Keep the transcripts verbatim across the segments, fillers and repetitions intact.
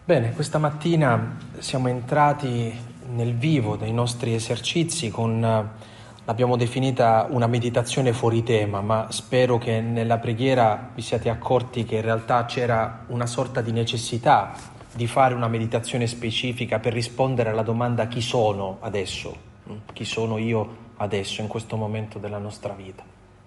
Bene, questa mattina siamo entrati nel vivo dei nostri esercizi con, l'abbiamo definita una meditazione fuori tema, ma spero che nella preghiera vi siate accorti che in realtà c'era una sorta di necessità di fare una meditazione specifica per rispondere alla domanda: chi sono adesso? Chi sono io adesso, in questo momento della nostra vita?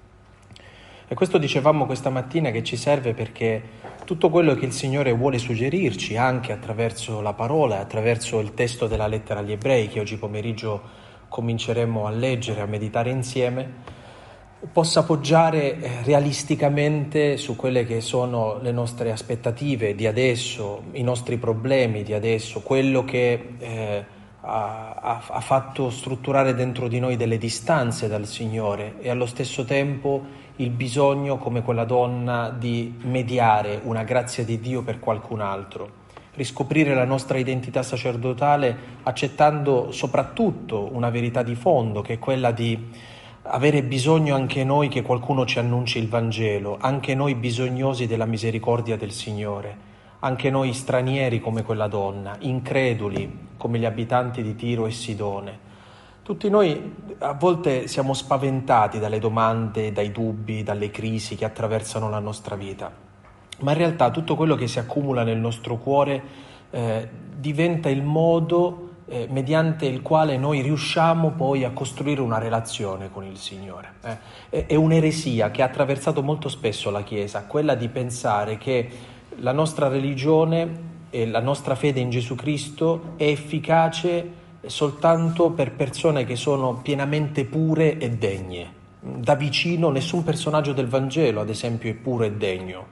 E questo dicevamo questa mattina che ci serve perché tutto quello che il Signore vuole suggerirci, anche attraverso la parola, attraverso il testo della lettera agli Ebrei, che oggi pomeriggio cominceremo a leggere, a meditare insieme, possa poggiare realisticamente su quelle che sono le nostre aspettative di adesso, i nostri problemi di adesso, quello che eh, ha, ha, ha fatto strutturare dentro di noi delle distanze dal Signore e allo stesso tempo il bisogno, come quella donna, di mediare una grazia di Dio per qualcun altro, riscoprire la nostra identità sacerdotale accettando soprattutto una verità di fondo, che è quella di avere bisogno anche noi che qualcuno ci annunci il Vangelo, anche noi bisognosi della misericordia del Signore, anche noi stranieri come quella donna, increduli come gli abitanti di Tiro e Sidone. Tutti noi a volte siamo spaventati dalle domande, dai dubbi, dalle crisi che attraversano la nostra vita, ma in realtà tutto quello che si accumula nel nostro cuore eh, diventa il modo eh, mediante il quale noi riusciamo poi a costruire una relazione con il Signore. Eh. È, è un'eresia che ha attraversato molto spesso la Chiesa, quella di pensare che la nostra religione e la nostra fede in Gesù Cristo è efficace soltanto per persone che sono pienamente pure e degne. Da vicino nessun personaggio del Vangelo, ad esempio, è puro e degno.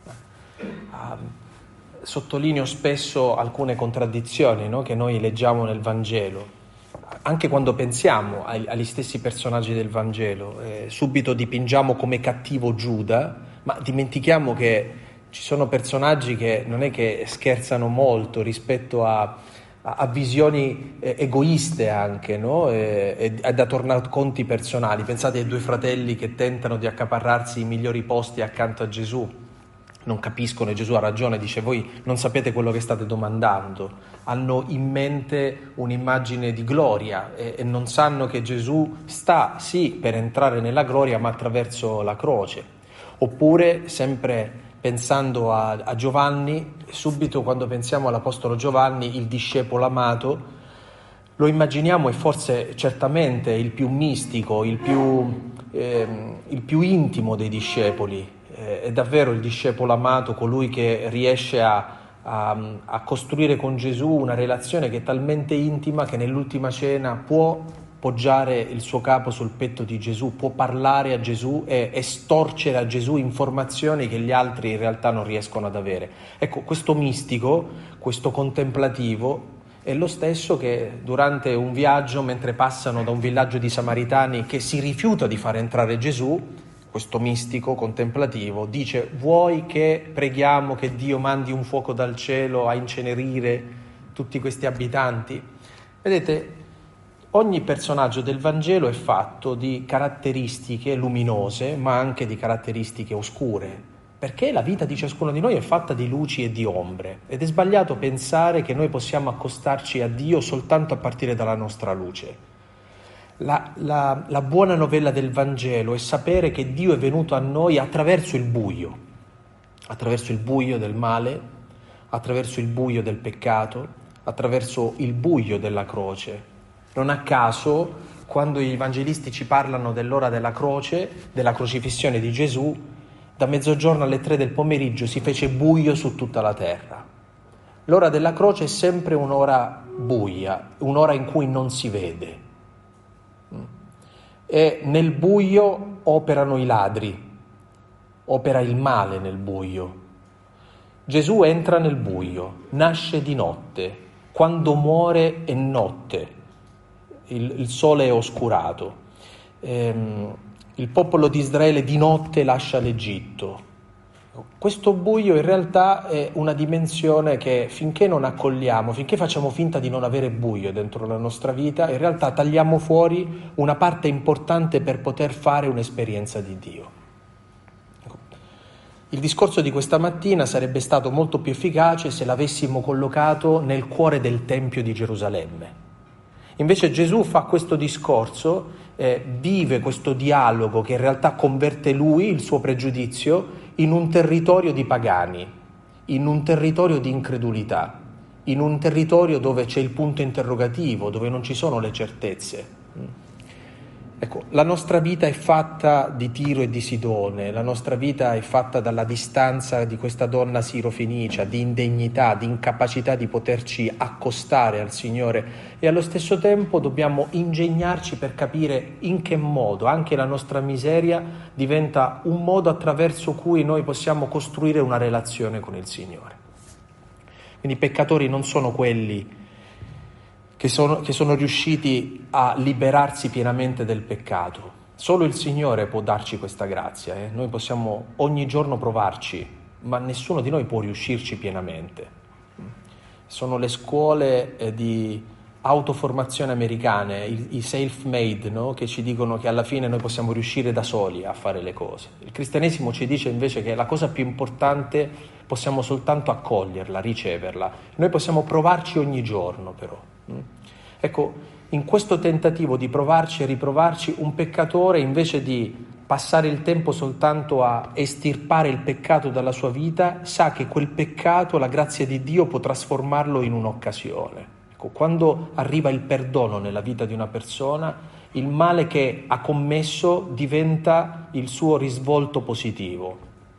Uh, sottolineo spesso alcune contraddizioni, no, che noi leggiamo nel Vangelo, anche quando pensiamo ai, agli stessi personaggi del Vangelo. Eh, subito dipingiamo come cattivo Giuda, ma dimentichiamo che ci sono personaggi che non è che scherzano molto rispetto a a visioni eh, egoiste anche, no? E, e, e da tornaconti personali. Pensate ai due fratelli che tentano di accaparrarsi i migliori posti accanto a Gesù, non capiscono e Gesù ha ragione, dice: voi non sapete quello che state domandando. Hanno in mente un'immagine di gloria e, e non sanno che Gesù sta sì per entrare nella gloria, ma attraverso la croce. Oppure, sempre pensando a, a Giovanni, subito quando pensiamo all'Apostolo Giovanni, il discepolo amato, lo immaginiamo e forse certamente il più mistico, il più, eh, il più intimo dei discepoli. Eh, è davvero il discepolo amato, colui che riesce a, a, a costruire con Gesù una relazione che è talmente intima che nell'ultima cena può poggiare il suo capo sul petto di Gesù, può parlare a Gesù e estorcere a Gesù informazioni che gli altri in realtà non riescono ad avere. Ecco, questo mistico, questo contemplativo è lo stesso che durante un viaggio, mentre passano da un villaggio di Samaritani che si rifiuta di far entrare Gesù, questo mistico contemplativo dice: vuoi che preghiamo che Dio mandi un fuoco dal cielo a incenerire tutti questi abitanti? Vedete, ogni personaggio del Vangelo è fatto di caratteristiche luminose, ma anche di caratteristiche oscure, perché la vita di ciascuno di noi è fatta di luci e di ombre, ed è sbagliato pensare che noi possiamo accostarci a Dio soltanto a partire dalla nostra luce. La, la, la buona novella del Vangelo è sapere che Dio è venuto a noi attraverso il buio, attraverso il buio del male, attraverso il buio del peccato, attraverso il buio della croce. Non a caso, quando gli evangelisti ci parlano dell'ora della croce, della crocifissione di Gesù, da mezzogiorno alle tre del pomeriggio si fece buio su tutta la terra. L'ora della croce è sempre un'ora buia, un'ora in cui non si vede. E nel buio operano i ladri, opera il male nel buio. Gesù entra nel buio, nasce di notte, quando muore è notte. Il, il sole è oscurato, ehm, il popolo di Israele di notte lascia l'Egitto. Questo buio in realtà è una dimensione che finché non accogliamo, finché facciamo finta di non avere buio dentro la nostra vita, in realtà tagliamo fuori una parte importante per poter fare un'esperienza di Dio. Il discorso di questa mattina sarebbe stato molto più efficace se l'avessimo collocato nel cuore del Tempio di Gerusalemme. Invece Gesù fa questo discorso, eh, vive questo dialogo che in realtà converte lui, il suo pregiudizio, in un territorio di pagani, in un territorio di incredulità, in un territorio dove c'è il punto interrogativo, dove non ci sono le certezze. Ecco, la nostra vita è fatta di Tiro e di Sidone, la nostra vita è fatta dalla distanza di questa donna sirofenicia, di indegnità, di incapacità di poterci accostare al Signore, e allo stesso tempo dobbiamo ingegnarci per capire in che modo anche la nostra miseria diventa un modo attraverso cui noi possiamo costruire una relazione con il Signore. Quindi i peccatori non sono quelli Che sono, che sono riusciti a liberarsi pienamente del peccato. Solo il Signore può darci questa grazia. Eh? Noi possiamo ogni giorno provarci, ma nessuno di noi può riuscirci pienamente. Sono le scuole eh, di autoformazione americane, i, i self-made, no? Che ci dicono che alla fine noi possiamo riuscire da soli a fare le cose. Il cristianesimo ci dice invece che la cosa più importante possiamo soltanto accoglierla, riceverla. Noi possiamo provarci ogni giorno però. Ecco, in questo tentativo di provarci e riprovarci, un peccatore, invece di passare il tempo soltanto a estirpare il peccato dalla sua vita, sa che quel peccato, la grazia di Dio, può trasformarlo in un'occasione. Ecco, quando arriva il perdono nella vita di una persona, il male che ha commesso diventa il suo risvolto positivo.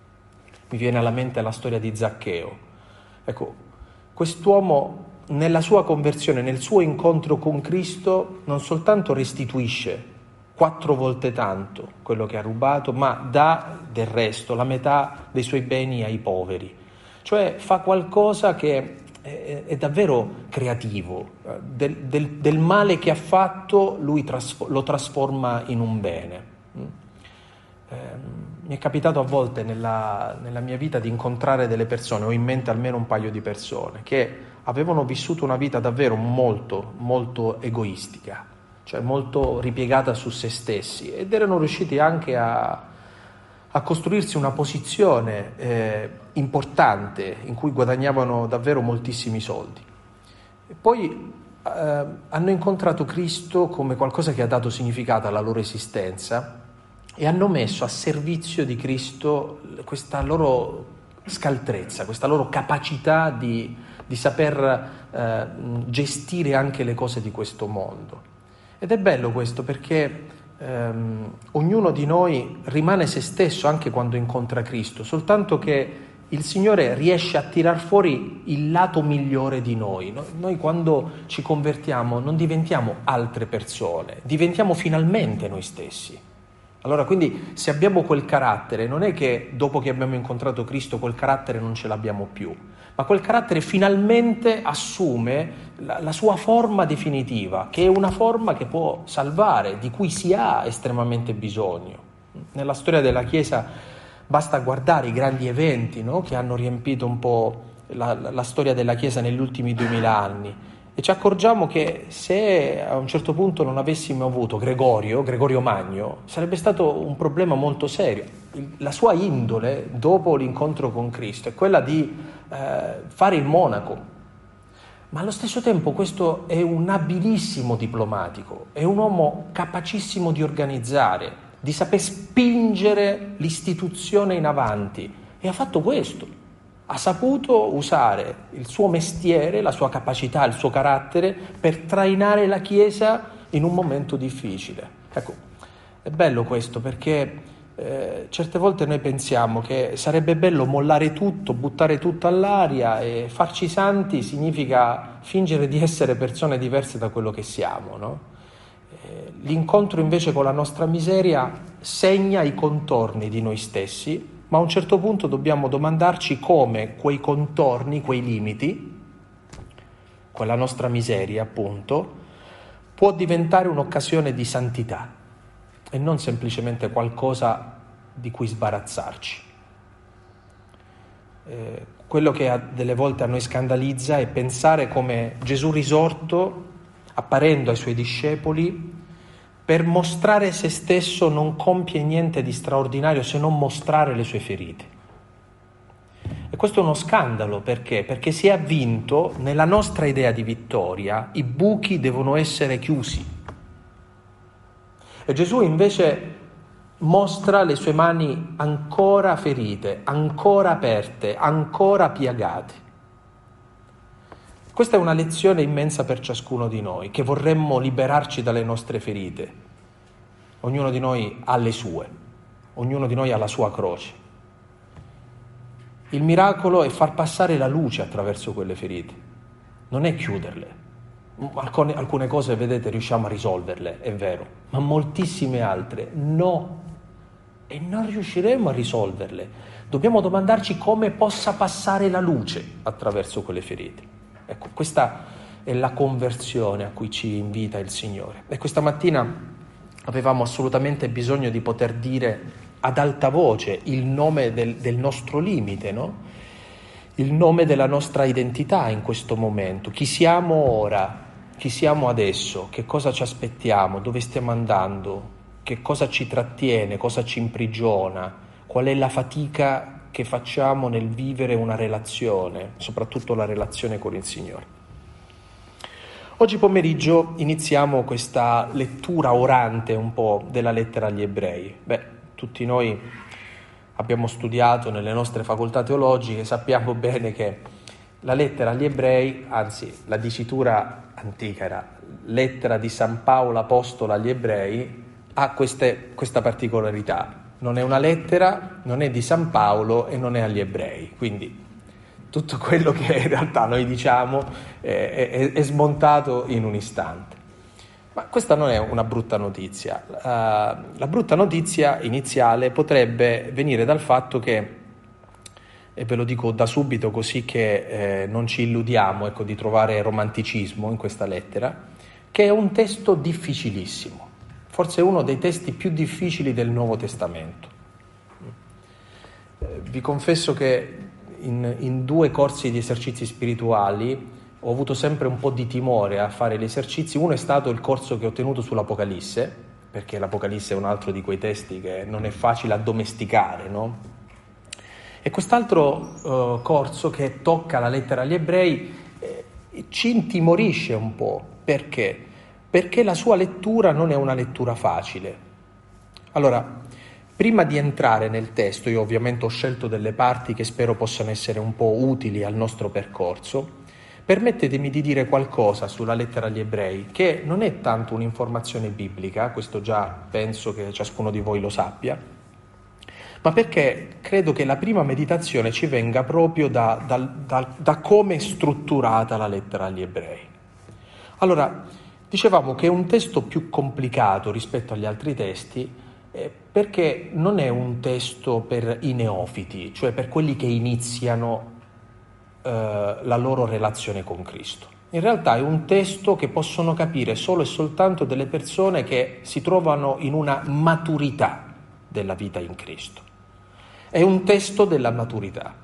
Mi viene alla mente la storia di Zaccheo. Ecco, quest'uomo nella sua conversione, nel suo incontro con Cristo, non soltanto restituisce quattro volte tanto quello che ha rubato, ma dà del resto la metà dei suoi beni ai poveri. Cioè fa qualcosa che è, è davvero creativo. Del, del, del male che ha fatto lui trasfo- lo trasforma in un bene. Eh, mi è capitato a volte nella, nella mia vita di incontrare delle persone, ho in mente almeno un paio di persone, che avevano vissuto una vita davvero molto, molto egoistica, cioè molto ripiegata su se stessi, ed erano riusciti anche a, a costruirsi una posizione eh, importante in cui guadagnavano davvero moltissimi soldi. E poi eh, hanno incontrato Cristo come qualcosa che ha dato significato alla loro esistenza e hanno messo a servizio di Cristo questa loro scaltrezza, questa loro capacità di, di saper eh, gestire anche le cose di questo mondo. Ed è bello questo perché ehm, ognuno di noi rimane se stesso anche quando incontra Cristo, soltanto che il Signore riesce a tirar fuori il lato migliore di noi. Noi quando ci convertiamo non diventiamo altre persone, diventiamo finalmente noi stessi. Allora, quindi, se abbiamo quel carattere, non è che dopo che abbiamo incontrato Cristo quel carattere non ce l'abbiamo più, ma quel carattere finalmente assume la, la sua forma definitiva, che è una forma che può salvare, di cui si ha estremamente bisogno. Nella storia della Chiesa basta guardare i grandi eventi, no? Che hanno riempito un po' la, la storia della Chiesa negli ultimi duemila anni. E ci accorgiamo che se a un certo punto non avessimo avuto Gregorio, Gregorio Magno, sarebbe stato un problema molto serio. La sua indole, dopo l'incontro con Cristo, è quella di eh, fare il monaco. Ma allo stesso tempo questo è un abilissimo diplomatico, è un uomo capacissimo di organizzare, di saper spingere l'istituzione in avanti. E ha fatto questo. Ha saputo usare il suo mestiere, la sua capacità, il suo carattere per trainare la Chiesa in un momento difficile. Ecco, è bello questo perché eh, certe volte noi pensiamo che sarebbe bello mollare tutto, buttare tutto all'aria e farci santi significa fingere di essere persone diverse da quello che siamo, no? Eh, l'incontro invece con la nostra miseria segna i contorni di noi stessi, ma a un certo punto dobbiamo domandarci come quei contorni, quei limiti, quella nostra miseria appunto, può diventare un'occasione di santità e non semplicemente qualcosa di cui sbarazzarci. Eh, quello che a, delle volte a noi scandalizza è pensare come Gesù risorto, apparendo ai suoi discepoli, per mostrare se stesso non compie niente di straordinario se non mostrare le sue ferite. questo è uno scandalo, perché? Perché si è vinto, nella nostra idea di vittoria, i buchi devono essere chiusi. E Gesù invece mostra le sue mani ancora ferite, ancora aperte, ancora piagate. Questa è una lezione immensa per ciascuno di noi, che vorremmo liberarci dalle nostre ferite. Ognuno di noi ha le sue, ognuno di noi ha la sua croce. Il miracolo è far passare la luce attraverso quelle ferite, non è chiuderle. Alcune, alcune cose, vedete, riusciamo a risolverle, è vero, ma moltissime altre no. E non riusciremo a risolverle. Dobbiamo domandarci come possa passare la luce attraverso quelle ferite. Ecco, questa è la conversione a cui ci invita il Signore. E questa mattina avevamo assolutamente bisogno di poter dire ad alta voce il nome del, del nostro limite, no? Il nome della nostra identità in questo momento. Chi siamo ora? Chi siamo adesso? Che cosa ci aspettiamo? Dove stiamo andando? Che cosa ci trattiene? Cosa ci imprigiona? Qual è la fatica che facciamo nel vivere una relazione, soprattutto la relazione con il Signore? Oggi pomeriggio iniziamo questa lettura orante un po' della lettera agli Ebrei. Beh, tutti noi abbiamo studiato nelle nostre facoltà teologiche, sappiamo bene che la lettera agli Ebrei, anzi la dicitura antica era lettera di San Paolo apostolo agli Ebrei, ha queste, questa particolarità. Non è una lettera, non è di San Paolo e non è agli Ebrei, quindi tutto quello che in realtà noi diciamo è, è, è smontato in un istante. Ma questa non è una brutta notizia. Uh, la brutta notizia iniziale potrebbe venire dal fatto che, e ve lo dico da subito così che eh, non ci illudiamo, ecco, di trovare romanticismo in questa lettera, che è un testo difficilissimo, forse uno dei testi più difficili del Nuovo Testamento. Eh, vi confesso che in, in due corsi di esercizi spirituali ho avuto sempre un po' di timore a fare gli esercizi. Uno è stato il corso che ho tenuto sull'Apocalisse, perché l'Apocalisse è un altro di quei testi che non è facile addomesticare, no? E quest'altro uh, corso che tocca la lettera agli Ebrei eh, ci intimorisce un po'. Perché? Perché la sua lettura non è una lettura facile. Allora, prima di entrare nel testo, io ovviamente ho scelto delle parti che spero possano essere un po' utili al nostro percorso. Permettetemi di dire qualcosa sulla lettera agli Ebrei, che non è tanto un'informazione biblica, questo già penso che ciascuno di voi lo sappia, ma perché credo che la prima meditazione ci venga proprio da, da, da, da come è strutturata la lettera agli Ebrei. Allora, dicevamo che è un testo più complicato rispetto agli altri testi, eh, perché non è un testo per i neofiti, cioè per quelli che iniziano la loro relazione con Cristo. In realtà è un testo che possono capire solo e soltanto delle persone che si trovano in una maturità della vita in Cristo. È un testo della maturità.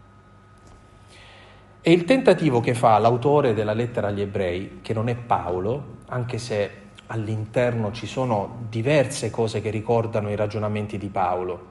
E il tentativo che fa l'autore della lettera agli Ebrei, che non è Paolo, anche se all'interno ci sono diverse cose che ricordano i ragionamenti di Paolo.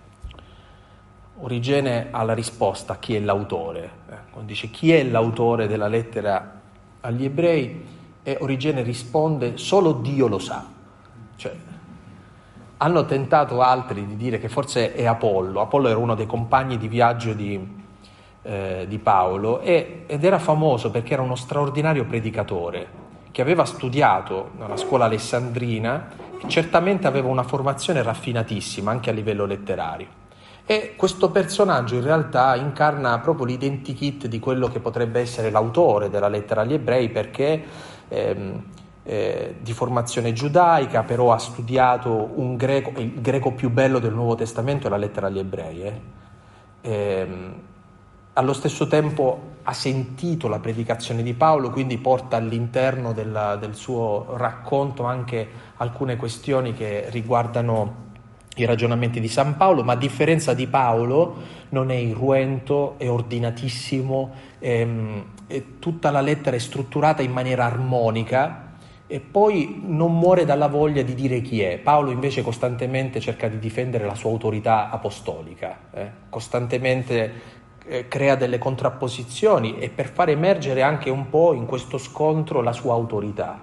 Origene ha la risposta a chi è l'autore. Eh, quando dice chi è l'autore della lettera agli Ebrei, e Origene risponde solo Dio lo sa. Cioè, hanno tentato altri di dire che forse è Apollo. Apollo era uno dei compagni di viaggio di, eh, di Paolo e, ed era famoso perché era uno straordinario predicatore che aveva studiato nella scuola alessandrina e certamente aveva una formazione raffinatissima anche a livello letterario. E questo personaggio in realtà incarna proprio l'identikit di quello che potrebbe essere l'autore della lettera agli Ebrei, perché ehm, eh, di formazione giudaica, però ha studiato un greco, il greco più bello del Nuovo Testamento è la lettera agli Ebrei. Eh. Ehm, allo stesso tempo ha sentito la predicazione di Paolo, quindi porta all'interno della, del suo racconto anche alcune questioni che riguardano i ragionamenti di San Paolo, ma a differenza di Paolo non è irruento, è ordinatissimo, ehm, e tutta la lettera è strutturata in maniera armonica e poi non muore dalla voglia di dire chi è. Paolo invece costantemente cerca di difendere la sua autorità apostolica, eh? costantemente eh, crea delle contrapposizioni e per far emergere anche un po' in questo scontro la sua autorità.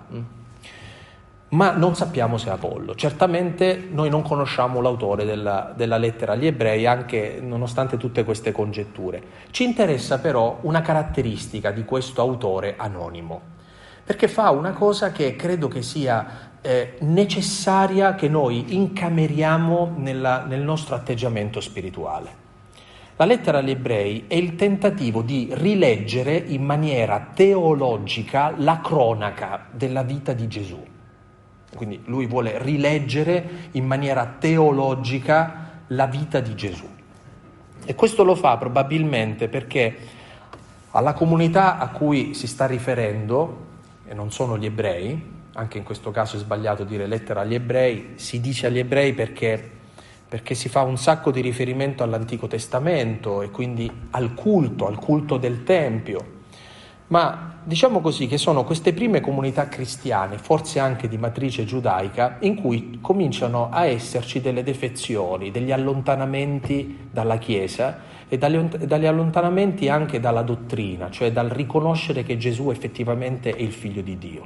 Ma non sappiamo se è Apollo. Certamente noi non conosciamo l'autore della, della lettera agli ebrei, anche nonostante tutte queste congetture. Ci interessa però una caratteristica di questo autore anonimo, perché fa una cosa che credo che sia eh, necessaria che noi incameriamo nella, nel nostro atteggiamento spirituale. La lettera agli ebrei è il tentativo di rileggere in maniera teologica la cronaca della vita di Gesù. Quindi lui vuole rileggere in maniera teologica la vita di Gesù. E questo lo fa probabilmente perché alla comunità a cui si sta riferendo, e non sono gli ebrei, anche in questo caso è sbagliato dire lettera agli ebrei, si dice agli ebrei perché, perché si fa un sacco di riferimento all'Antico Testamento e quindi al culto, al culto del Tempio. Ma diciamo così che sono queste prime comunità cristiane, forse anche di matrice giudaica, in cui cominciano a esserci delle defezioni, degli allontanamenti dalla Chiesa e dagli allontanamenti anche dalla dottrina, cioè dal riconoscere che Gesù effettivamente è il Figlio di Dio.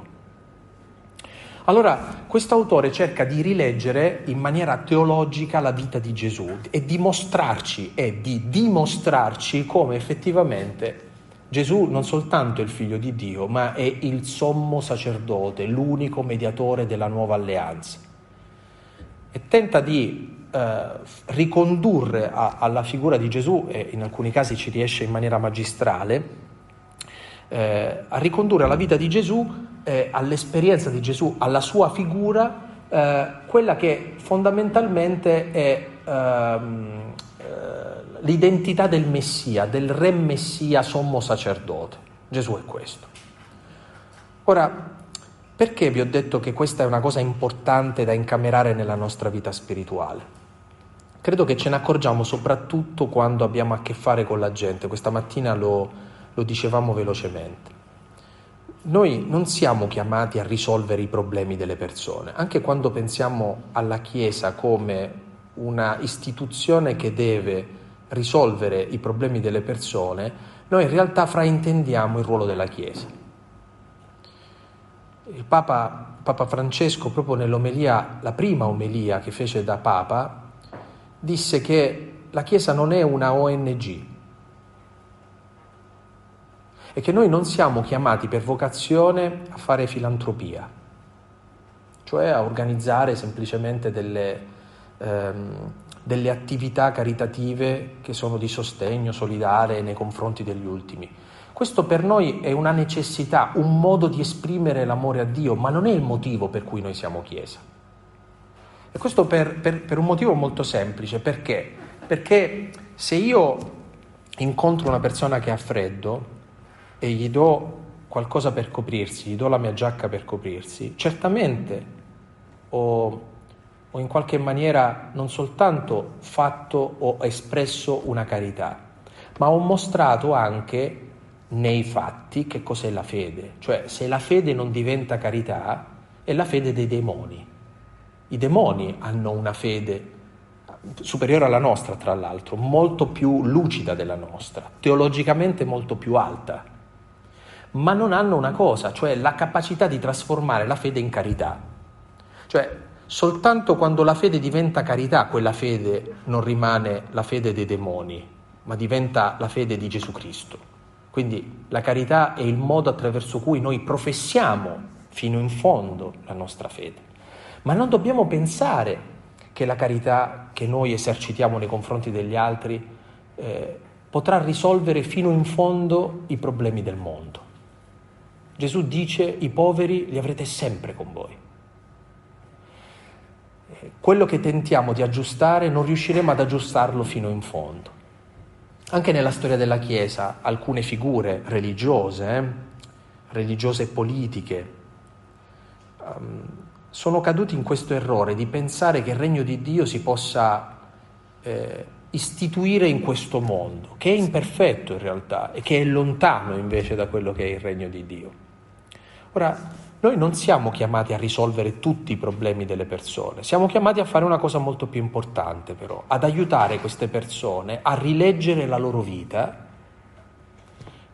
Allora, questo autore cerca di rileggere in maniera teologica la vita di Gesù e dimostrarci, e di dimostrarci come effettivamente Gesù non soltanto è il Figlio di Dio, ma è il sommo sacerdote, l'unico mediatore della nuova alleanza. E tenta di eh, ricondurre a, alla figura di Gesù, e in alcuni casi ci riesce in maniera magistrale, eh, a ricondurre alla vita di Gesù, eh, all'esperienza di Gesù, alla sua figura, eh, quella che fondamentalmente è ehm, l'identità del Messia, del Re Messia sommo sacerdote. Gesù è questo. Ora, perché vi ho detto che questa è una cosa importante da incamerare nella nostra vita spirituale? Credo che ce ne accorgiamo soprattutto quando abbiamo a che fare con la gente. Questa mattina lo, lo dicevamo velocemente. Noi non siamo chiamati a risolvere i problemi delle persone, anche quando pensiamo alla Chiesa come una istituzione che deve risolvere i problemi delle persone, noi in realtà fraintendiamo il ruolo della Chiesa. Il Papa, Papa Francesco, proprio nell'omelia, la prima omelia che fece da Papa, disse che la Chiesa non è una O N G e che noi non siamo chiamati per vocazione a fare filantropia, cioè a organizzare semplicemente delle ehm, delle attività caritative che sono di sostegno solidale nei confronti degli ultimi. Questo per noi è una necessità, un modo di esprimere l'amore a Dio, ma non è il motivo per cui noi siamo Chiesa. E questo per, per, per un motivo molto semplice. Perché? Perché se io incontro una persona che ha freddo e gli do qualcosa per coprirsi, gli do la mia giacca per coprirsi, certamente ho... o in qualche maniera non soltanto fatto o espresso una carità, ma ho mostrato anche nei fatti che cos'è la fede. Cioè, se la fede non diventa carità, è la fede dei demoni. I demoni hanno una fede superiore alla nostra, tra l'altro, molto più lucida della nostra, teologicamente molto più alta, ma non hanno una cosa, cioè la capacità di trasformare la fede in carità. Cioè, soltanto quando la fede diventa carità, quella fede non rimane la fede dei demoni, ma diventa la fede di Gesù Cristo. Quindi la carità è il modo attraverso cui noi professiamo fino in fondo la nostra fede. Ma non dobbiamo pensare che la carità che noi esercitiamo nei confronti degli altri eh, potrà risolvere fino in fondo i problemi del mondo. Gesù dice: i poveri li avrete sempre con voi. Quello che tentiamo di aggiustare non riusciremo ad aggiustarlo fino in fondo. Anche nella storia della Chiesa alcune figure religiose, eh, religiose e politiche, um, sono caduti in questo errore di pensare che il regno di Dio si possa eh, istituire in questo mondo, che è imperfetto in realtà e che è lontano invece da quello che è il regno di Dio. Ora, noi non siamo chiamati a risolvere tutti i problemi delle persone, siamo chiamati a fare una cosa molto più importante però, ad aiutare queste persone a rileggere la loro vita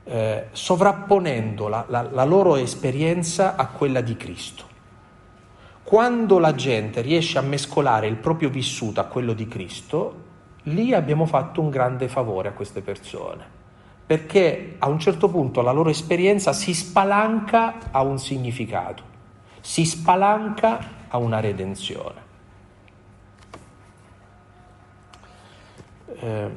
eh, sovrapponendo la, la, la loro esperienza a quella di Cristo. Quando la gente riesce a mescolare il proprio vissuto a quello di Cristo, lì abbiamo fatto un grande favore a queste persone, perché a un certo punto la loro esperienza si spalanca a un significato, si spalanca a una redenzione. Eh,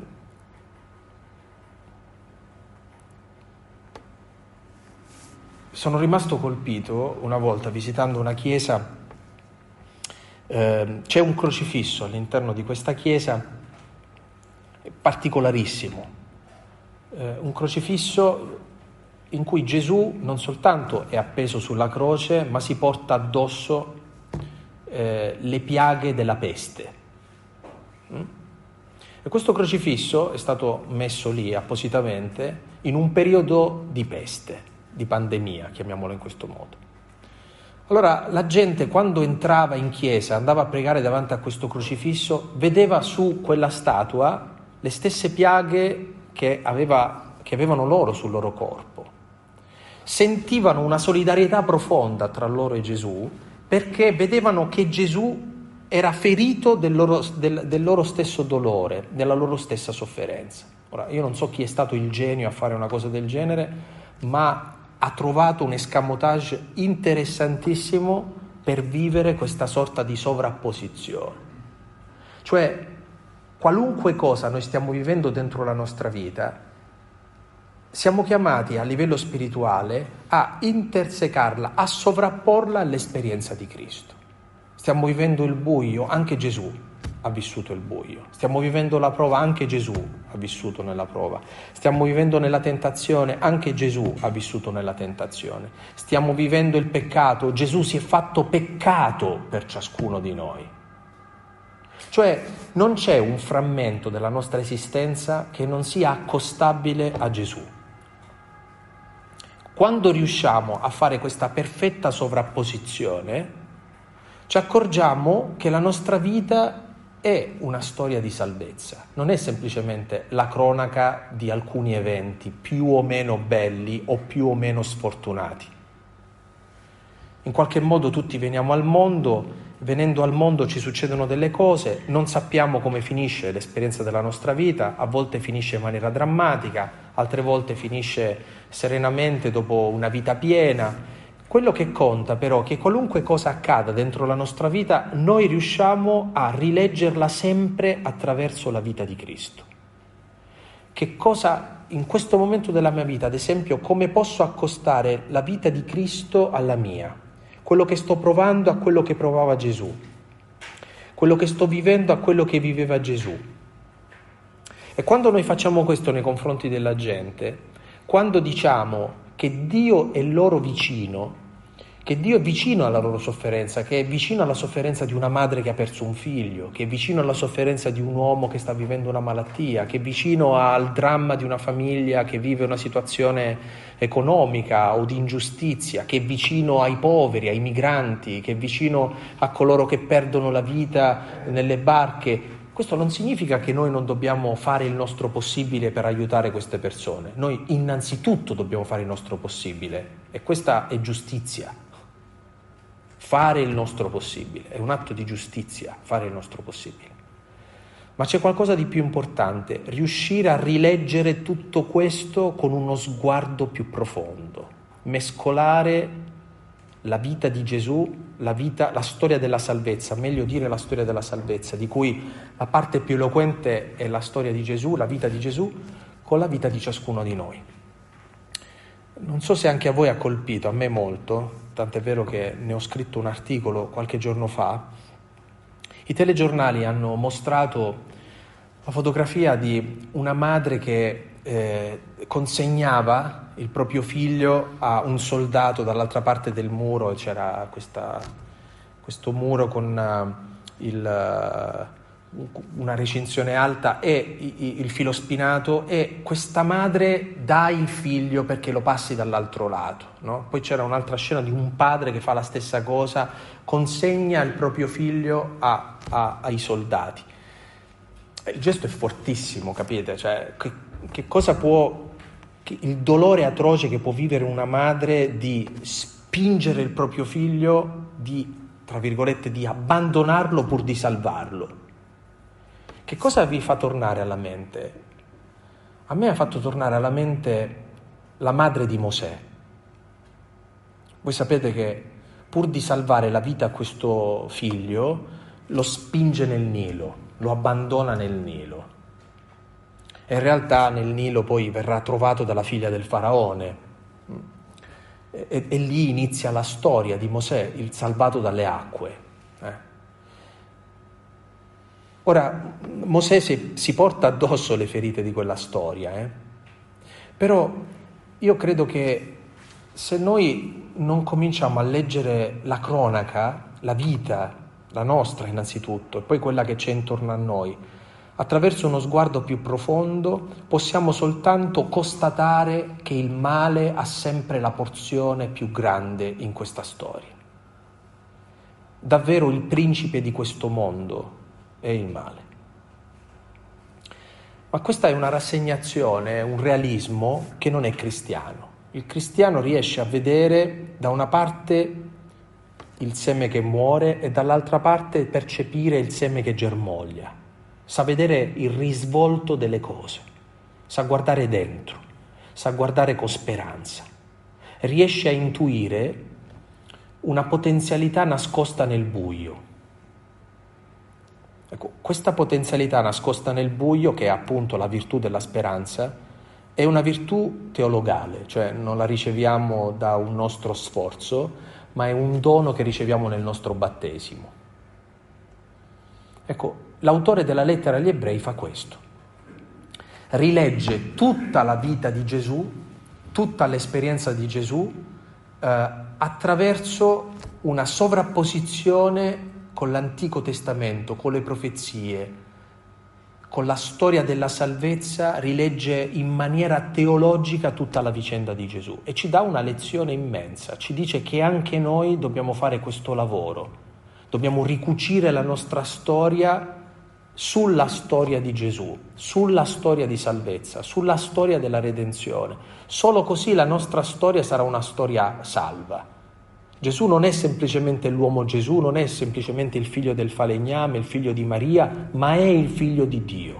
sono rimasto colpito una volta visitando una chiesa. Eh, c'è un crocifisso all'interno di questa chiesa particolarissimo, eh, un crocifisso in cui Gesù non soltanto è appeso sulla croce, ma si porta addosso eh, le piaghe della peste. Mm? E questo crocifisso è stato messo lì appositamente in un periodo di peste, di pandemia, chiamiamolo in questo modo. Allora la gente, quando entrava in chiesa, andava a pregare davanti a questo crocifisso, vedeva su quella statua le stesse piaghe che, aveva, che avevano loro sul loro corpo. Sentivano una solidarietà profonda tra loro e Gesù, perché vedevano che Gesù era ferito del loro, del, del loro stesso dolore, della loro stessa sofferenza. Ora, io non so chi è stato il genio a fare una cosa del genere, ma ha trovato un escamotage interessantissimo per vivere questa sorta di sovrapposizione. Cioè, qualunque cosa noi stiamo vivendo dentro la nostra vita, siamo chiamati a livello spirituale a intersecarla, a sovrapporla all'esperienza di Cristo. Stiamo vivendo il buio, anche Gesù ha vissuto il buio. Stiamo vivendo la prova, anche Gesù ha vissuto nella prova. Stiamo vivendo nella tentazione, anche Gesù ha vissuto nella tentazione. Stiamo vivendo il peccato, Gesù si è fatto peccato per ciascuno di noi. Cioè non c'è un frammento della nostra esistenza che non sia accostabile a Gesù. Quando riusciamo a fare questa perfetta sovrapposizione, ci accorgiamo che la nostra vita è una storia di salvezza, non è semplicemente la cronaca di alcuni eventi più o meno belli o più o meno sfortunati. In qualche modo tutti veniamo al mondo, venendo al mondo ci succedono delle cose, non sappiamo come finisce l'esperienza della nostra vita, a volte finisce in maniera drammatica, altre volte finisce serenamente dopo una vita piena. Quello che conta però è che qualunque cosa accada dentro la nostra vita, noi riusciamo a rileggerla sempre attraverso la vita di Cristo. Che cosa in questo momento della mia vita, ad esempio, come posso accostare la vita di Cristo alla mia? Quello che sto provando a quello che provava Gesù, quello che sto vivendo a quello che viveva Gesù. E quando noi facciamo questo nei confronti della gente, quando diciamo che Dio è loro vicino, che Dio è vicino alla loro sofferenza, che è vicino alla sofferenza di una madre che ha perso un figlio, che è vicino alla sofferenza di un uomo che sta vivendo una malattia, che è vicino al dramma di una famiglia che vive una situazione economica o di ingiustizia, che è vicino ai poveri, ai migranti, che è vicino a coloro che perdono la vita nelle barche. Questo non significa che noi non dobbiamo fare il nostro possibile per aiutare queste persone. Noi innanzitutto dobbiamo fare il nostro possibile e questa è giustizia. Fare il nostro possibile, è un atto di giustizia, fare il nostro possibile. Ma c'è qualcosa di più importante, riuscire a rileggere tutto questo con uno sguardo più profondo, mescolare la vita di Gesù, la vita, la storia della salvezza, meglio dire la storia della salvezza, di cui la parte più eloquente è la storia di Gesù, la vita di Gesù, con la vita di ciascuno di noi. Non so se anche a voi ha colpito, a me molto, tant'è vero che ne ho scritto un articolo qualche giorno fa. I telegiornali hanno mostrato la fotografia di una madre che eh, consegnava il proprio figlio a un soldato dall'altra parte del muro, e c'era questa, questo muro con uh, il, uh, una recinzione alta e i, il filo spinato, e questa madre dà il figlio perché lo passi dall'altro lato, no? Poi c'era un'altra scena di un padre che fa la stessa cosa, consegna il proprio figlio a, a, ai soldati. Il gesto è fortissimo, capite? Cioè, che, che cosa può il dolore atroce che può vivere una madre di spingere il proprio figlio, di, tra virgolette, di abbandonarlo pur di salvarlo. Che cosa vi fa tornare alla mente? A me ha fatto tornare alla mente la madre di Mosè. Voi sapete che pur di salvare la vita a questo figlio, lo spinge nel Nilo, lo abbandona nel Nilo. E in realtà nel Nilo poi verrà trovato dalla figlia del faraone. E, e lì inizia la storia di Mosè, il salvato dalle acque. Eh. Ora, Mosè si, si porta addosso le ferite di quella storia, eh? Però io credo che se noi non cominciamo a leggere la cronaca, la vita, la nostra innanzitutto, e poi quella che c'è intorno a noi, attraverso uno sguardo più profondo, possiamo soltanto constatare che il male ha sempre la porzione più grande in questa storia. Davvero il principe di questo mondo è il male. Ma questa è una rassegnazione, un realismo che non è cristiano. Il cristiano riesce a vedere da una parte il seme che muore e dall'altra parte percepire il seme che germoglia. Sa vedere il risvolto delle cose, sa guardare dentro, sa guardare con speranza. Riesce a intuire una potenzialità nascosta nel buio. Ecco, questa potenzialità nascosta nel buio, che è appunto la virtù della speranza, è una virtù teologale, cioè non la riceviamo da un nostro sforzo, ma è un dono che riceviamo nel nostro battesimo. Ecco, l'autore della lettera agli Ebrei fa questo. Rilegge tutta la vita di Gesù, tutta l'esperienza di Gesù, eh, attraverso una sovrapposizione con l'Antico Testamento, con le profezie, con la storia della salvezza, rilegge in maniera teologica tutta la vicenda di Gesù e ci dà una lezione immensa, ci dice che anche noi dobbiamo fare questo lavoro, dobbiamo ricucire la nostra storia sulla storia di Gesù, sulla storia di salvezza, sulla storia della redenzione. Solo così la nostra storia sarà una storia salva. Gesù non è semplicemente l'uomo Gesù, non è semplicemente il figlio del falegname, il figlio di Maria, ma è il figlio di Dio.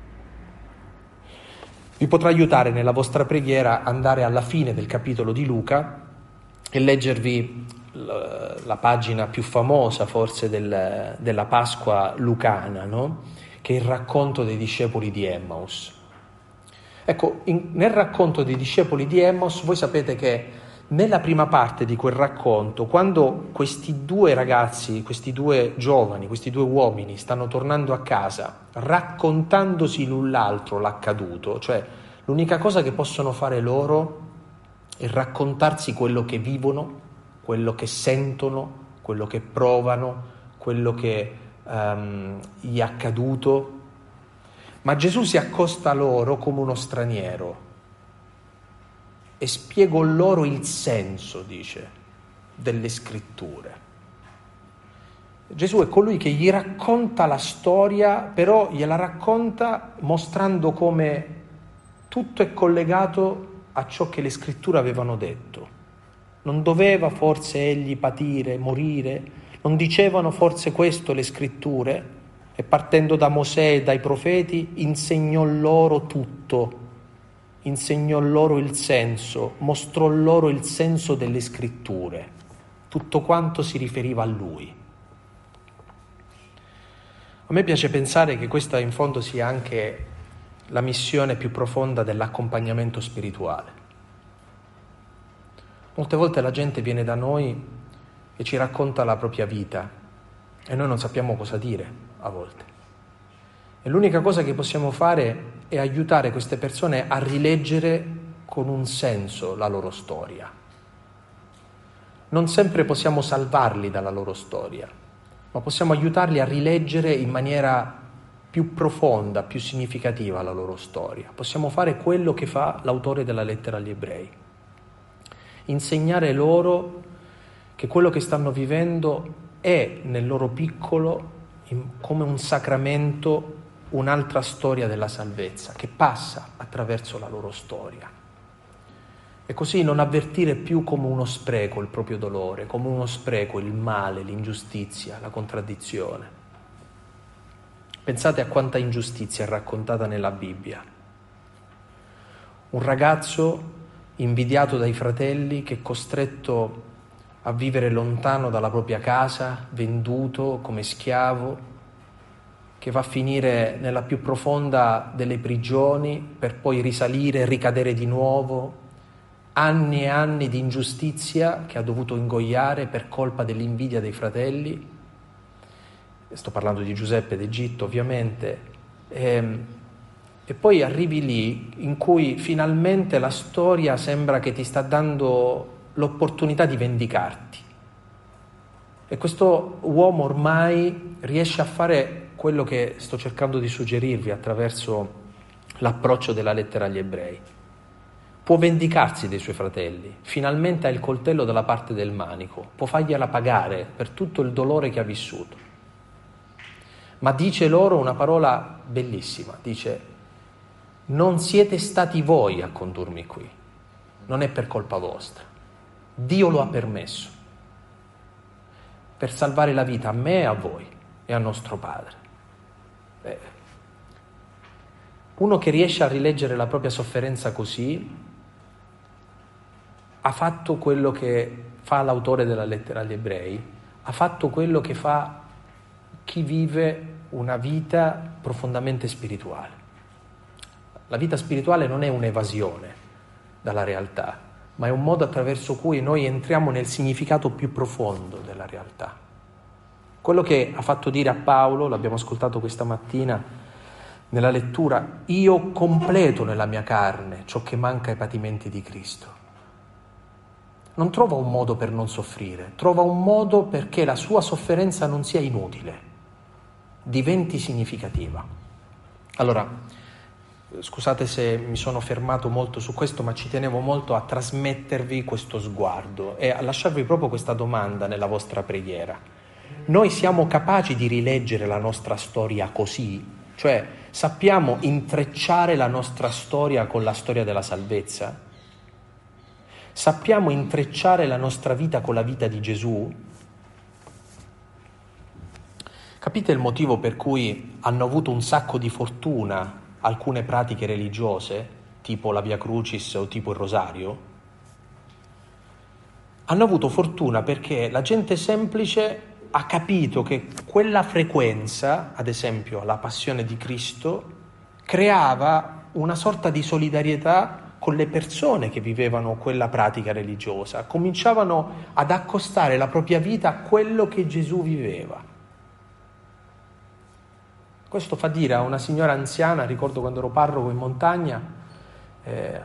Vi potrà aiutare nella vostra preghiera andare alla fine del capitolo di Luca e leggervi la pagina più famosa forse del, della Pasqua lucana, no? Che è il racconto dei discepoli di Emmaus. Ecco, in, nel racconto dei discepoli di Emmaus voi sapete che nella prima parte di quel racconto, quando questi due ragazzi, questi due giovani, questi due uomini stanno tornando a casa, raccontandosi l'un l'altro l'accaduto, cioè l'unica cosa che possono fare loro è raccontarsi quello che vivono, quello che sentono, quello che provano, quello che um, gli è accaduto. Ma Gesù si accosta a loro come uno straniero e spiego loro il senso, dice, delle scritture. Gesù è colui che gli racconta la storia, però gliela racconta mostrando come tutto è collegato a ciò che le scritture avevano detto. Non doveva forse egli patire, morire? Non dicevano forse questo le scritture? E partendo da Mosè e dai profeti insegnò loro tutto. Insegnò loro il senso, mostrò loro il senso delle scritture, tutto quanto si riferiva a lui. A me piace pensare che questa in fondo sia anche la missione più profonda dell'accompagnamento spirituale. Molte volte la gente viene da noi e ci racconta la propria vita e noi non sappiamo cosa dire a volte. E l'unica cosa che possiamo fare è aiutare queste persone a rileggere con un senso la loro storia. Non sempre possiamo salvarli dalla loro storia, ma possiamo aiutarli a rileggere in maniera più profonda, più significativa la loro storia. Possiamo fare quello che fa l'autore della lettera agli Ebrei. Insegnare loro che quello che stanno vivendo è nel loro piccolo come un sacramento, un'altra storia della salvezza che passa attraverso la loro storia. E così non avvertire più come uno spreco il proprio dolore, come uno spreco il male, l'ingiustizia, la contraddizione. Pensate a quanta ingiustizia è raccontata nella Bibbia. Un ragazzo invidiato dai fratelli che è costretto a vivere lontano dalla propria casa, venduto come schiavo, che va a finire nella più profonda delle prigioni per poi risalire e ricadere di nuovo. Anni e anni di ingiustizia che ha dovuto ingoiare per colpa dell'invidia dei fratelli. Sto parlando di Giuseppe d'Egitto, ovviamente. E, e poi arrivi lì in cui finalmente la storia sembra che ti sta dando l'opportunità di vendicarti. E questo uomo ormai riesce a fare quello che sto cercando di suggerirvi attraverso l'approccio della lettera agli ebrei. Può vendicarsi dei suoi fratelli, finalmente ha il coltello dalla parte del manico, può fargliela pagare per tutto il dolore che ha vissuto. Ma dice loro una parola bellissima, dice: non siete stati voi a condurmi qui, non è per colpa vostra, Dio lo ha permesso, per salvare la vita a me e a voi e a nostro padre. Beh, uno che riesce a rileggere la propria sofferenza così ha fatto quello che fa l'autore della lettera agli ebrei, ha fatto quello che fa chi vive una vita profondamente spirituale. La vita spirituale non è un'evasione dalla realtà, ma è un modo attraverso cui noi entriamo nel significato più profondo della realtà. Quello che ha fatto dire a Paolo, l'abbiamo ascoltato questa mattina nella lettura: io completo nella mia carne ciò che manca ai patimenti di Cristo. Non trova un modo per non soffrire, trova un modo perché la sua sofferenza non sia inutile, diventi significativa. Allora, scusate se mi sono fermato molto su questo, ma ci tenevo molto a trasmettervi questo sguardo e a lasciarvi proprio questa domanda nella vostra preghiera. Noi siamo capaci di rileggere la nostra storia così? Cioè, sappiamo intrecciare la nostra storia con la storia della salvezza? Sappiamo intrecciare la nostra vita con la vita di Gesù? Capite il motivo per cui hanno avuto un sacco di fortuna alcune pratiche religiose, tipo la Via Crucis o tipo il Rosario? Hanno avuto fortuna perché la gente semplice ha capito che quella frequenza, ad esempio la passione di Cristo, creava una sorta di solidarietà con le persone che vivevano quella pratica religiosa, cominciavano ad accostare la propria vita a quello che Gesù viveva. Questo fa dire a una signora anziana, ricordo quando ero parroco in montagna, eh,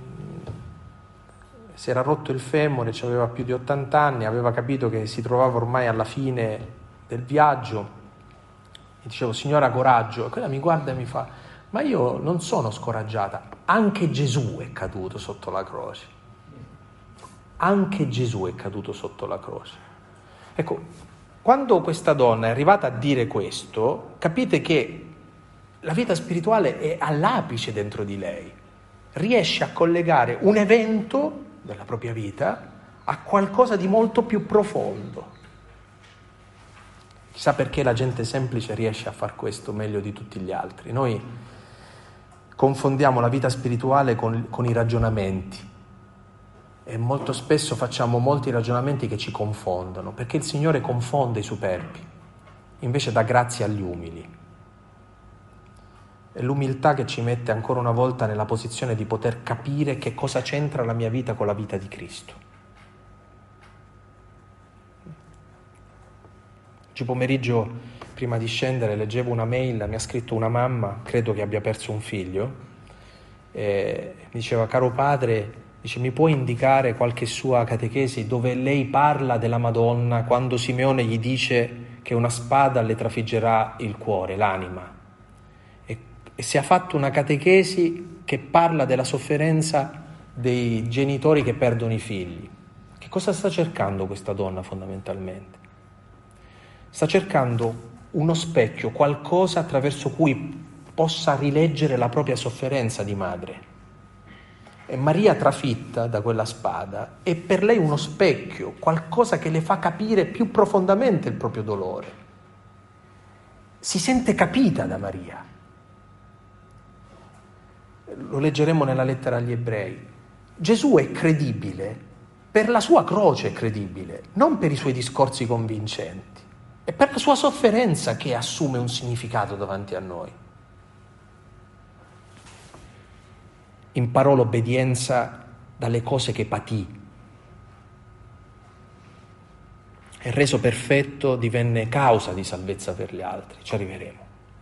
si era rotto il femore, aveva più di ottanta anni, aveva capito che si trovava ormai alla fine del viaggio. Mi dicevo: signora, coraggio. E quella mi guarda e mi fa: ma io non sono scoraggiata, anche Gesù è caduto sotto la croce. Anche Gesù è caduto sotto la croce. Ecco, quando questa donna è arrivata a dire questo, capite che la vita spirituale è all'apice dentro di lei. Riesce a collegare un evento della propria vita a qualcosa di molto più profondo. Chissà perché la gente semplice riesce a far questo meglio di tutti gli altri. Noi confondiamo la vita spirituale con, con i ragionamenti e molto spesso facciamo molti ragionamenti che ci confondono, perché il Signore confonde i superbi, invece dà grazia agli umili. È l'umiltà che ci mette ancora una volta nella posizione di poter capire che cosa c'entra la mia vita con la vita di Cristo. Oggi pomeriggio, prima di scendere, leggevo una mail, mi ha scritto una mamma, credo che abbia perso un figlio, e mi diceva: caro padre, dice, mi puoi indicare qualche sua catechesi dove lei parla della Madonna quando Simeone gli dice che una spada le trafiggerà il cuore, l'anima? E, e si è fatto una catechesi che parla della sofferenza dei genitori che perdono i figli. Che cosa sta cercando questa donna fondamentalmente? Sta cercando uno specchio, qualcosa attraverso cui possa rileggere la propria sofferenza di madre. E Maria, trafitta da quella spada, è per lei uno specchio, qualcosa che le fa capire più profondamente il proprio dolore. Si sente capita da Maria. Lo leggeremo nella lettera agli Ebrei. Gesù è credibile, per la sua croce è credibile, non per i suoi discorsi convincenti. È per la sua sofferenza che assume un significato davanti a noi. Imparò l'obbedienza dalle cose che patì. E reso perfetto divenne causa di salvezza per gli altri. Ci arriveremo.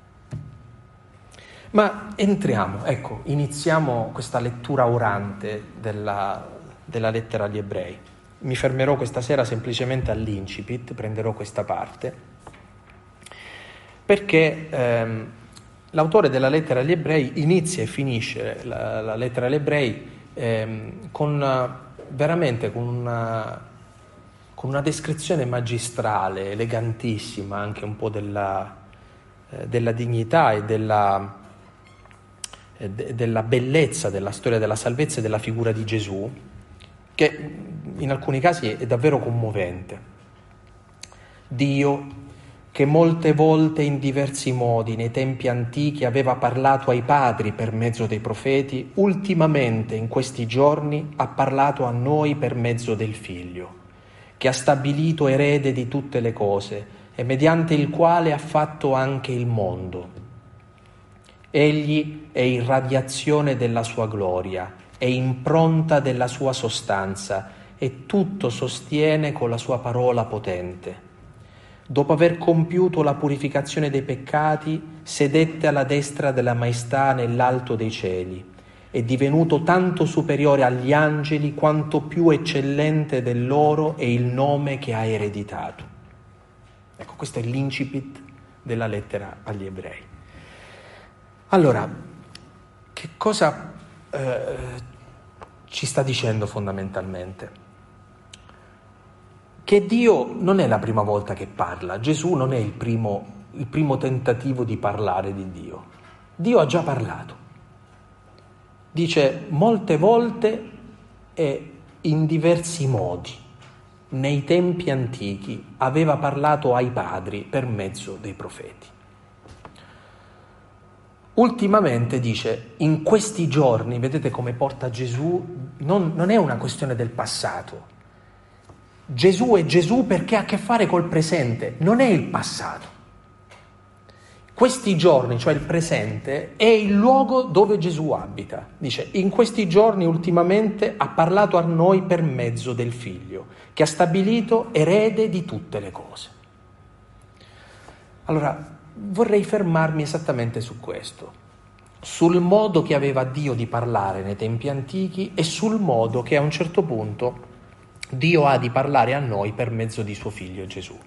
Ma entriamo, ecco, iniziamo questa lettura orante della, della lettera agli Ebrei. Mi fermerò questa sera semplicemente all'incipit, prenderò questa parte, perché ehm, l'autore della lettera agli Ebrei inizia e finisce la, la lettera agli Ebrei ehm, con veramente con una, con una descrizione magistrale, elegantissima, anche un po' della, eh, della dignità e della, eh, de, della bellezza della storia della salvezza e della figura di Gesù, che in alcuni casi è davvero commovente. Dio, che molte volte in diversi modi nei tempi antichi aveva parlato ai padri per mezzo dei profeti, ultimamente in questi giorni ha parlato a noi per mezzo del Figlio, che ha stabilito erede di tutte le cose e mediante il quale ha fatto anche il mondo. Egli è irradiazione della sua gloria, è impronta della sua sostanza e tutto sostiene con la sua parola potente. Dopo aver compiuto la purificazione dei peccati, sedette alla destra della maestà nell'alto dei cieli. È divenuto tanto superiore agli angeli quanto più eccellente del loro è il nome che ha ereditato. Ecco, questo è l'incipit della lettera agli Ebrei. Allora, che cosa eh, ci sta dicendo fondamentalmente? Che Dio non è la prima volta che parla, Gesù non è il primo, il primo tentativo di parlare di Dio. Dio ha già parlato. Dice molte volte e in diversi modi, nei tempi antichi, aveva parlato ai padri per mezzo dei profeti. Ultimamente dice, in questi giorni, vedete come porta Gesù, non, non è una questione del passato. Gesù è Gesù perché ha a che fare col presente, non è il passato. Questi giorni, cioè il presente, è il luogo dove Gesù abita. Dice, in questi giorni ultimamente ha parlato a noi per mezzo del Figlio, che ha stabilito erede di tutte le cose. Allora, vorrei fermarmi esattamente su questo, sul modo che aveva Dio di parlare nei tempi antichi e sul modo che a un certo punto Dio ha di parlare a noi per mezzo di suo Figlio Gesù.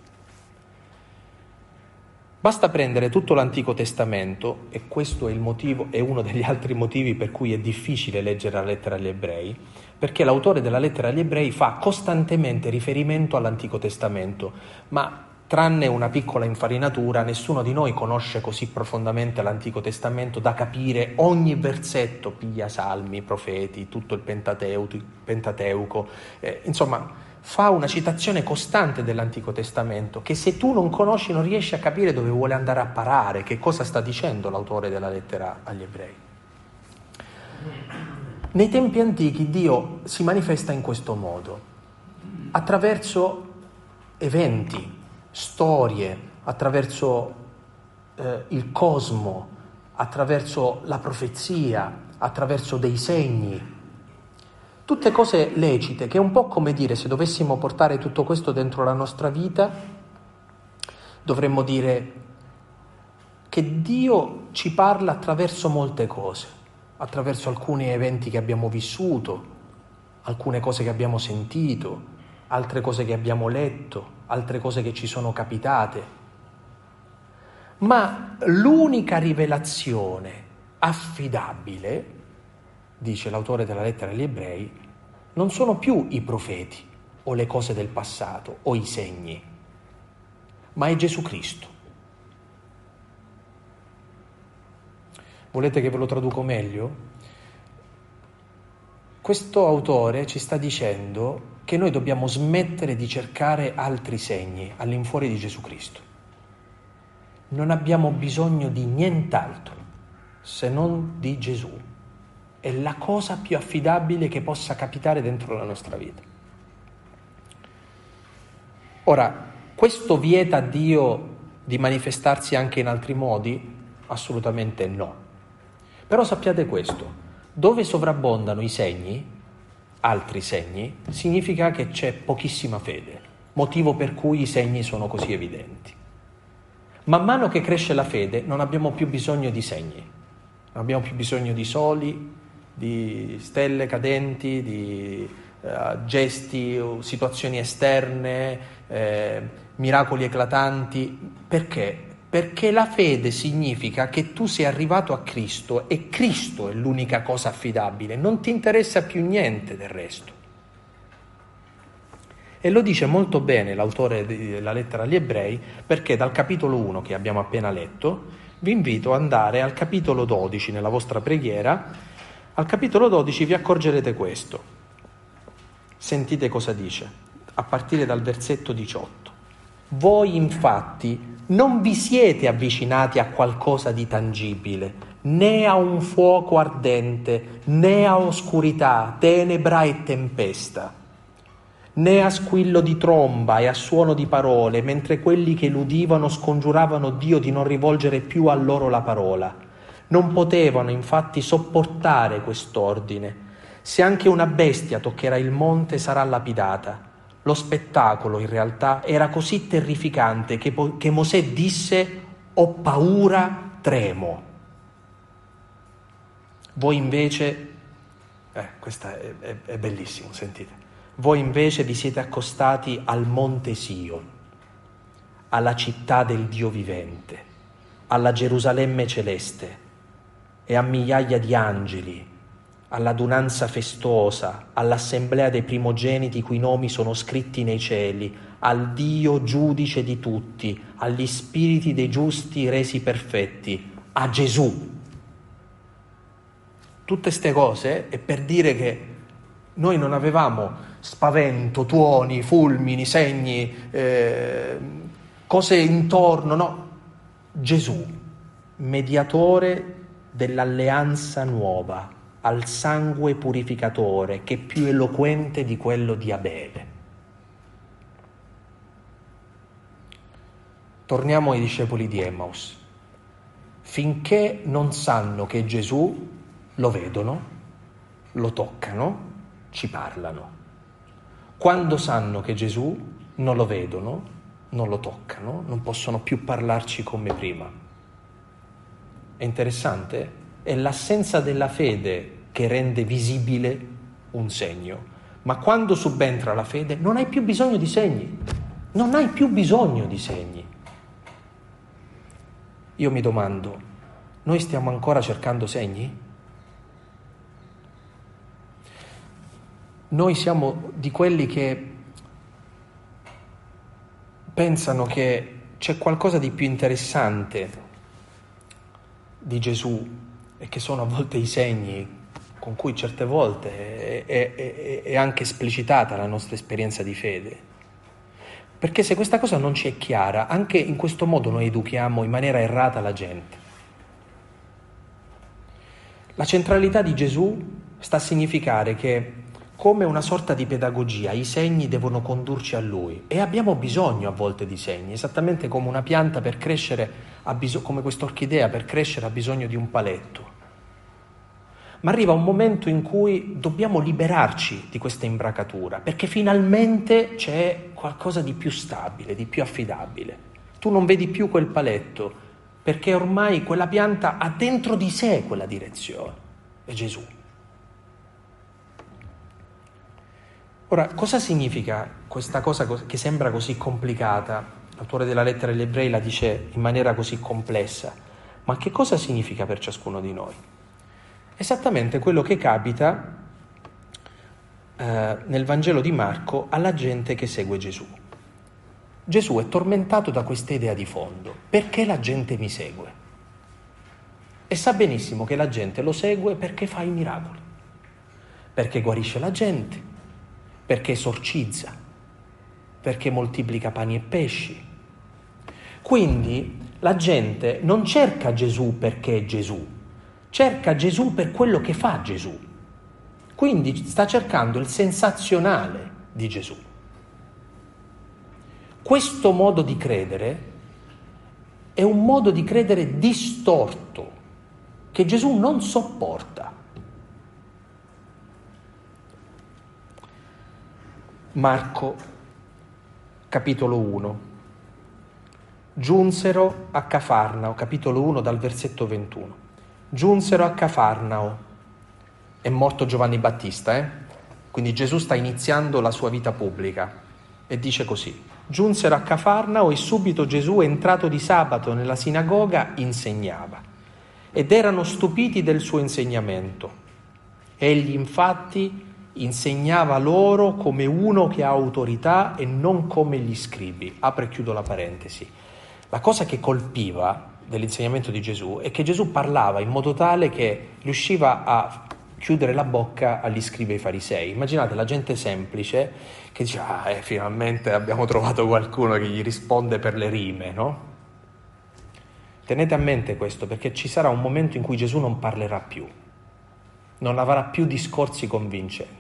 Basta prendere tutto l'Antico Testamento, e questo è il motivo, è uno degli altri motivi per cui è difficile leggere la lettera agli Ebrei, perché l'autore della lettera agli Ebrei fa costantemente riferimento all'Antico Testamento, ma tranne una piccola infarinatura, nessuno di noi conosce così profondamente l'Antico Testamento da capire ogni versetto, piglia Salmi, Profeti, tutto il Pentateuco, Pentateuco eh, insomma, fa una citazione costante dell'Antico Testamento che se tu non conosci non riesci a capire dove vuole andare a parare, che cosa sta dicendo l'autore della lettera agli Ebrei. Nei tempi antichi Dio si manifesta in questo modo, attraverso eventi, storie, attraverso eh, il cosmo, attraverso la profezia, attraverso dei segni, tutte cose lecite, che è un po' come dire, se dovessimo portare tutto questo dentro la nostra vita, dovremmo dire che Dio ci parla attraverso molte cose, attraverso alcuni eventi che abbiamo vissuto, alcune cose che abbiamo sentito, altre cose che abbiamo letto, altre cose che ci sono capitate. Ma l'unica rivelazione affidabile, dice l'autore della lettera agli Ebrei, non sono più i profeti o le cose del passato o i segni, ma è Gesù Cristo. Volete che ve lo traduco meglio? questo autore ci sta dicendo che noi dobbiamo smettere di cercare altri segni all'infuori di Gesù Cristo. Non abbiamo bisogno di nient'altro se non di Gesù. È la cosa più affidabile che possa capitare dentro la nostra vita. Ora, questo vieta a Dio di manifestarsi anche in altri modi? Assolutamente no. Però sappiate questo, dove sovrabbondano i segni, altri segni, significa che c'è pochissima fede, motivo per cui i segni sono così evidenti. Man mano che cresce la fede non abbiamo più bisogno di segni, non abbiamo più bisogno di soli, di stelle cadenti, di uh, gesti, situazioni esterne, eh, miracoli eclatanti. Perché? Perché la fede significa che tu sei arrivato a Cristo e Cristo è l'unica cosa affidabile, non ti interessa più niente del resto. E lo dice molto bene l'autore della lettera agli Ebrei, perché dal capitolo uno che abbiamo appena letto vi invito ad andare al capitolo dodici nella vostra preghiera. Al capitolo dodici vi accorgerete questo. Sentite cosa dice, a partire dal versetto diciotto. Voi infatti non vi siete avvicinati a qualcosa di tangibile, né a un fuoco ardente, né a oscurità, tenebra e tempesta, né a squillo di tromba e a suono di parole, mentre quelli che l'udivano scongiuravano Dio di non rivolgere più a loro la parola. Non potevano infatti sopportare quest'ordine. Se anche una bestia toccherà il monte sarà lapidata. Lo spettacolo, in realtà, era così terrificante che, che Mosè disse: ho paura, tremo. Voi invece, eh, questa è, è, è bellissimo, sentite. Voi invece vi siete accostati al monte Sion, alla città del Dio vivente, alla Gerusalemme celeste e a migliaia di angeli, all'adunanza festosa, all'assemblea dei primogeniti cui nomi sono scritti nei cieli, al Dio giudice di tutti, agli spiriti dei giusti resi perfetti, a Gesù. Tutte ste cose è per dire che noi non avevamo spavento, tuoni, fulmini, segni, eh, cose intorno, no. Gesù, mediatore dell'alleanza nuova, al sangue purificatore che è più eloquente di quello di Abele. Torniamo ai discepoli di Emmaus. Finché non sanno che Gesù, lo vedono, lo toccano, ci parlano. Quando sanno che Gesù non lo vedono, non lo toccano, non possono più parlarci come prima. È interessante? È l'assenza della fede che rende visibile un segno. Ma quando subentra la fede non hai più bisogno di segni. Non hai più bisogno di segni. Io mi domando, noi stiamo ancora cercando segni? Noi siamo di quelli che pensano che c'è qualcosa di più interessante di Gesù e che sono a volte i segni con cui certe volte è, è, è, è anche esplicitata la nostra esperienza di fede. Perché se questa cosa non ci è chiara, anche in questo modo noi educhiamo in maniera errata la gente. La centralità di Gesù sta a significare che, come una sorta di pedagogia, i segni devono condurci a Lui e abbiamo bisogno a volte di segni, esattamente come una pianta per crescere, ha bisog- come quest'orchidea per crescere ha bisogno di un paletto. Ma arriva un momento in cui dobbiamo liberarci di questa imbracatura, perché finalmente c'è qualcosa di più stabile, di più affidabile. Tu non vedi più quel paletto, perché ormai quella pianta ha dentro di sé quella direzione, è Gesù. Ora, cosa significa questa cosa che sembra così complicata? L'autore della lettera agli Ebrei la dice in maniera così complessa, ma che cosa significa per ciascuno di noi? Esattamente quello che capita eh, nel Vangelo di Marco alla gente che segue Gesù. Gesù è tormentato da questa idea di fondo: perché la gente mi segue? E sa benissimo che la gente lo segue perché fa i miracoli. perché guarisce la gente, perché esorcizza, perché moltiplica pani e pesci. Quindi la gente non cerca Gesù perché è Gesù, cerca Gesù per quello che fa Gesù. Quindi sta cercando il sensazionale di Gesù. Questo modo di credere è un modo di credere distorto, che Gesù non sopporta. Marco, capitolo uno. Giunsero a Cafarnao, capitolo uno, dal versetto ventuno. Giunsero a Cafarnao. È morto Giovanni Battista, eh? Quindi Gesù sta iniziando la sua vita pubblica e dice così: giunsero a Cafarnao e subito Gesù, entrato di sabato nella sinagoga, insegnava. Ed erano stupiti del suo insegnamento. Egli infatti insegnava loro come uno che ha autorità e non come gli scribi. Apro e chiudo la parentesi. La cosa che colpiva dell'insegnamento di Gesù è che Gesù parlava in modo tale che riusciva a chiudere la bocca agli scribi e ai farisei. Immaginate la gente semplice che dice: ah, eh, finalmente abbiamo trovato qualcuno che gli risponde per le rime, no? Tenete a mente questo, perché ci sarà un momento in cui Gesù non parlerà più, non avrà più discorsi convincenti.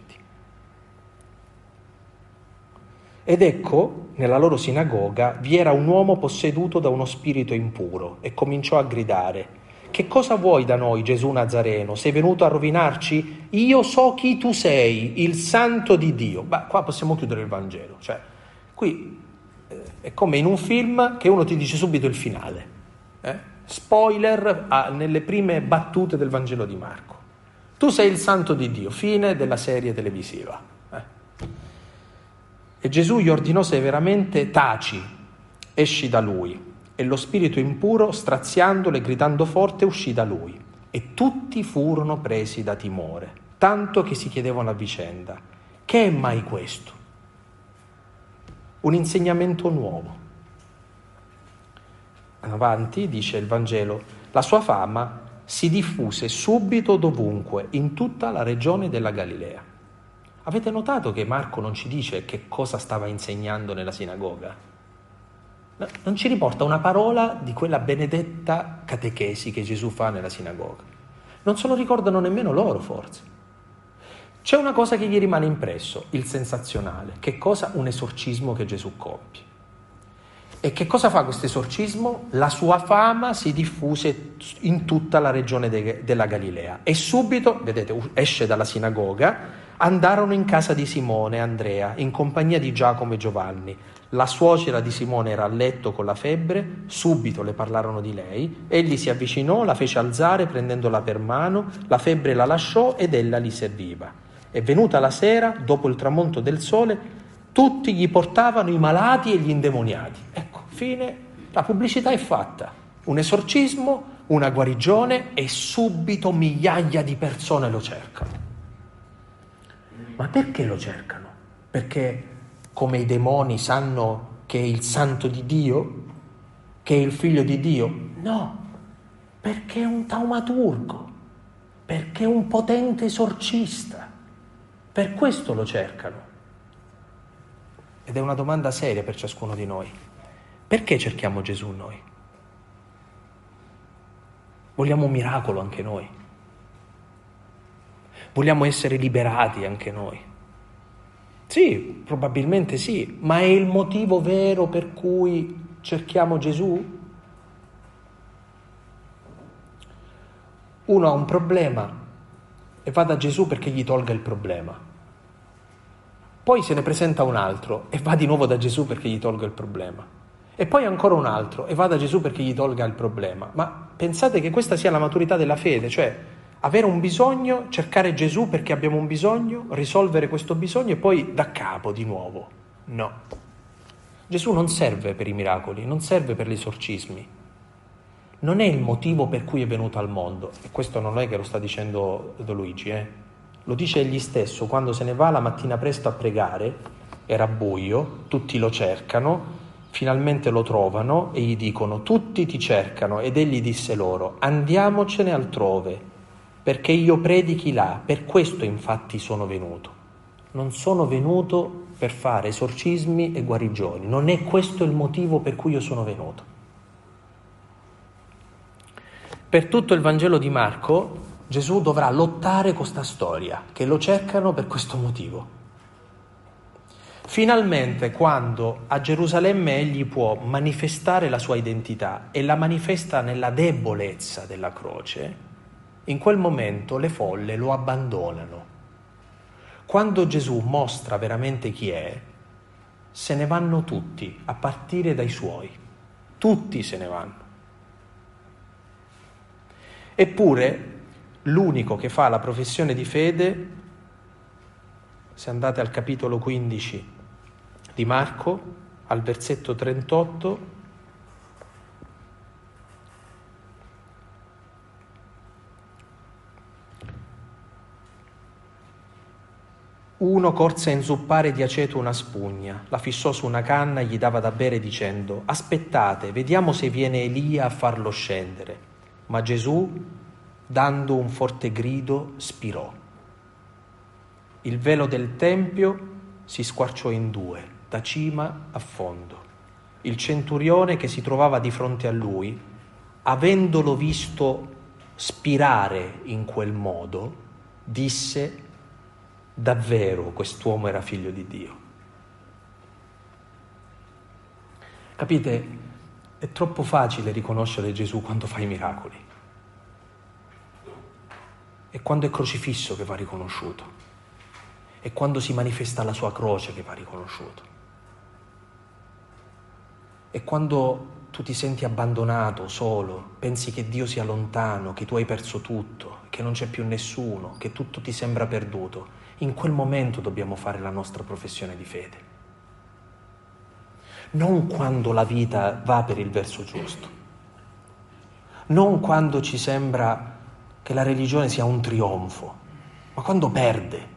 Ed ecco, nella loro sinagoga vi era un uomo posseduto da uno spirito impuro e cominciò a gridare: che cosa vuoi da noi, Gesù Nazareno? Sei venuto a rovinarci? Io so chi tu sei, il Santo di Dio. Beh, qua possiamo chiudere il Vangelo. Cioè, qui eh, è come in un film che uno ti dice subito il finale. Eh? Spoiler ah, nelle prime battute del Vangelo di Marco. Tu sei il Santo di Dio, fine della serie televisiva. Eh? E Gesù gli ordinò severamente: taci, esci da lui. E lo spirito impuro, straziandolo e gridando forte, uscì da lui. E tutti furono presi da timore, tanto che si chiedevano a vicenda: che è mai questo? Un insegnamento nuovo. Avanti, dice il Vangelo, la sua fama si diffuse subito dovunque, in tutta la regione della Galilea. Avete notato che Marco non ci dice che cosa stava insegnando nella sinagoga? Non ci riporta una parola di quella benedetta catechesi che Gesù fa nella sinagoga. Non se lo ricordano nemmeno loro, forse. C'è una cosa che gli rimane impresso, il sensazionale. Che cosa? Un esorcismo che Gesù compie. E che cosa fa questo esorcismo? La sua fama si diffuse in tutta la regione de- della Galilea. E subito, vedete, esce dalla sinagoga, andarono in casa di Simone e Andrea, in compagnia di Giacomo e Giovanni. La suocera di Simone era a letto con la febbre, subito le parlarono di lei. Egli si avvicinò, la fece alzare prendendola per mano, la febbre la lasciò ed ella li serviva. E venuta la sera, dopo il tramonto del sole, tutti gli portavano i malati e gli indemoniati. Ecco, fine, la pubblicità è fatta. Un esorcismo, una guarigione e subito migliaia di persone lo cercano. Ma perché lo cercano? Perché come i demoni sanno che è il Santo di Dio, che è il Figlio di Dio? No, perché è un taumaturgo, perché è un potente esorcista. Per questo lo cercano. Ed è una domanda seria per ciascuno di noi. Perché cerchiamo Gesù noi? Vogliamo un miracolo anche noi. Vogliamo essere liberati anche noi. Sì, probabilmente sì, ma è il motivo vero per cui cerchiamo Gesù? Uno ha un problema e va da Gesù perché gli tolga il problema. Poi se ne presenta un altro e va di nuovo da Gesù perché gli tolga il problema. E poi ancora un altro e va da Gesù perché gli tolga il problema. Ma pensate che questa sia la maturità della fede, cioè avere un bisogno, cercare Gesù perché abbiamo un bisogno, risolvere questo bisogno e poi da capo di nuovo. No. Gesù non serve per i miracoli, non serve per gli esorcismi. Non è il motivo per cui è venuto al mondo. E questo non è che lo sta dicendo Don Luigi, eh. Lo dice egli stesso quando se ne va la mattina presto a pregare, era buio, tutti lo cercano, finalmente lo trovano e gli dicono: tutti ti cercano. Ed egli disse loro: andiamocene altrove, perché io predichi là, per questo infatti sono venuto. Non sono venuto per fare esorcismi e guarigioni, non è questo il motivo per cui io sono venuto. Per tutto il Vangelo di Marco, Gesù dovrà lottare con questa storia, che lo cercano per questo motivo. Finalmente, quando a Gerusalemme egli può manifestare la sua identità e la manifesta nella debolezza della croce, in quel momento le folle lo abbandonano. Quando Gesù mostra veramente chi è, se ne vanno tutti, a partire dai suoi. Tutti se ne vanno. Eppure, l'unico che fa la professione di fede, se andate al capitolo quindici di Marco, al versetto trentotto, uno corse a inzuppare di aceto una spugna, la fissò su una canna e gli dava da bere dicendo: aspettate, vediamo se viene Elia a farlo scendere. Ma Gesù, dando un forte grido, spirò. Il velo del tempio si squarciò in due, da cima a fondo. Il centurione che si trovava di fronte a lui, avendolo visto spirare in quel modo, disse: davvero quest'uomo era figlio di Dio. Capite? È troppo facile riconoscere Gesù quando fa i miracoli. È quando è crocifisso che va riconosciuto. È quando si manifesta la sua croce che va riconosciuto. È quando tu ti senti abbandonato, solo, pensi che Dio sia lontano, che tu hai perso tutto, che non c'è più nessuno, che tutto ti sembra perduto. In quel momento dobbiamo fare la nostra professione di fede. Non quando la vita va per il verso giusto. Non quando ci sembra che la religione sia un trionfo, ma quando perde.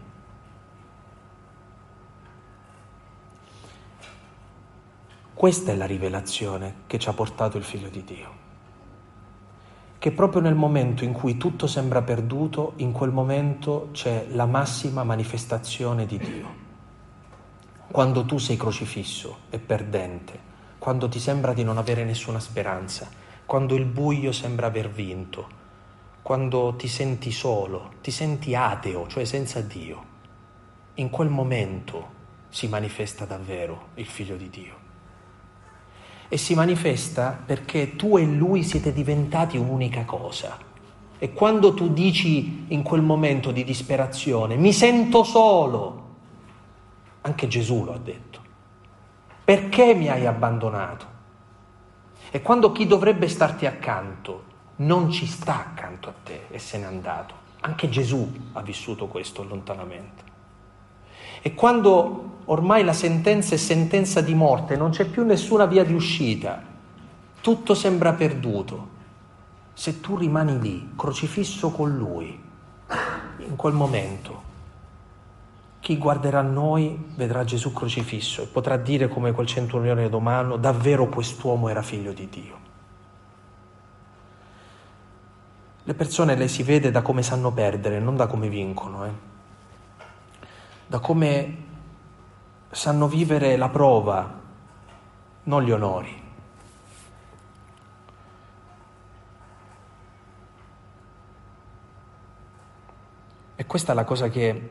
Questa è la rivelazione che ci ha portato il Figlio di Dio. Che proprio nel momento in cui tutto sembra perduto, in quel momento c'è la massima manifestazione di Dio. Quando tu sei crocifisso e perdente, quando ti sembra di non avere nessuna speranza, quando il buio sembra aver vinto, quando ti senti solo, ti senti ateo, cioè senza Dio, in quel momento si manifesta davvero il Figlio di Dio. E si manifesta perché tu e Lui siete diventati un'unica cosa. E quando tu dici in quel momento di disperazione, mi sento solo, anche Gesù lo ha detto, perché mi hai abbandonato? E quando chi dovrebbe starti accanto non ci sta accanto a te e se n'è andato, anche Gesù ha vissuto questo lontanamente. E quando ormai la sentenza è sentenza di morte, non c'è più nessuna via di uscita, tutto sembra perduto, se tu rimani lì, crocifisso con Lui, in quel momento, chi guarderà a noi vedrà Gesù crocifisso e potrà dire come quel centurione romano: davvero quest'uomo era figlio di Dio. Le persone le si vede da come sanno perdere, non da come vincono, eh. Da come sanno vivere la prova, non gli onori. E questa è la cosa che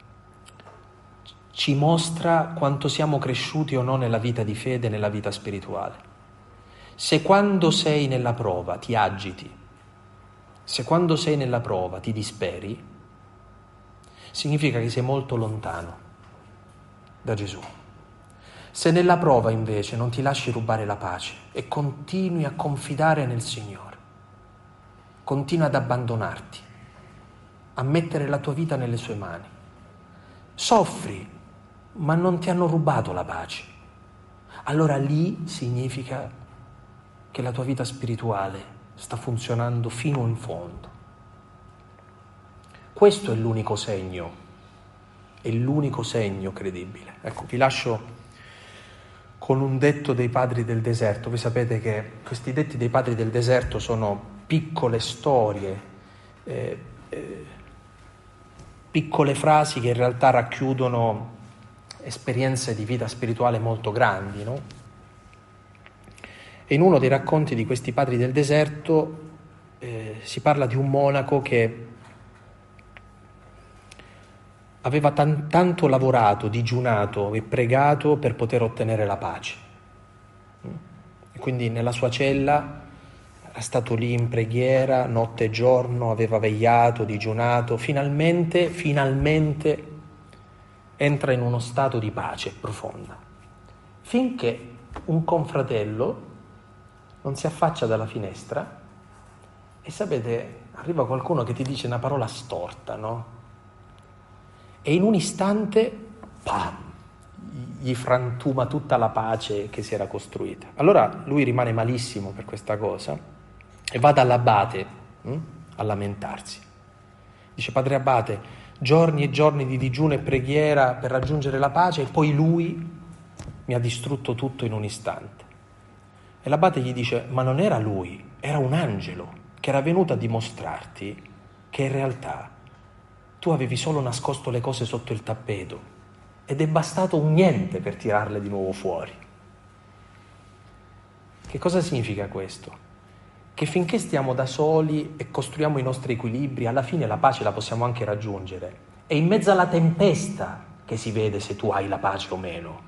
ci mostra quanto siamo cresciuti o no nella vita di fede, nella vita spirituale. Se quando sei nella prova ti agiti, se quando sei nella prova ti disperi, significa che sei molto lontano da Gesù. Se nella prova invece non ti lasci rubare la pace e continui a confidare nel Signore, continui ad abbandonarti, a mettere la tua vita nelle sue mani, soffri, ma non ti hanno rubato la pace, allora lì significa che la tua vita spirituale sta funzionando fino in fondo. Questo è l'unico segno, è l'unico segno credibile. Ecco, vi lascio con un detto dei padri del deserto. Voi sapete che questi detti dei padri del deserto sono piccole storie, eh, eh, piccole frasi che in realtà racchiudono esperienze di vita spirituale molto grandi, no? E in uno dei racconti di questi padri del deserto eh, si parla di un monaco che aveva tan- tanto lavorato, digiunato e pregato per poter ottenere la pace. E quindi nella sua cella era stato lì in preghiera notte e giorno, aveva vegliato, digiunato, finalmente, finalmente entra in uno stato di pace profonda, finché un confratello non si affaccia dalla finestra e sapete, arriva qualcuno che ti dice una parola storta, no? E in un istante, pam, gli frantuma tutta la pace che si era costruita. Allora lui rimane malissimo per questa cosa e va dall'abate hm, a lamentarsi. Dice: padre abate, giorni e giorni di digiuno e preghiera per raggiungere la pace e poi lui mi ha distrutto tutto in un istante. E l'abate gli dice: ma non era lui, era un angelo che era venuto a dimostrarti che in realtà tu avevi solo nascosto le cose sotto il tappeto ed è bastato un niente per tirarle di nuovo fuori. Che cosa significa questo? Che finché stiamo da soli e costruiamo i nostri equilibri, alla fine la pace la possiamo anche raggiungere. È in mezzo alla tempesta che si vede se tu hai la pace o meno.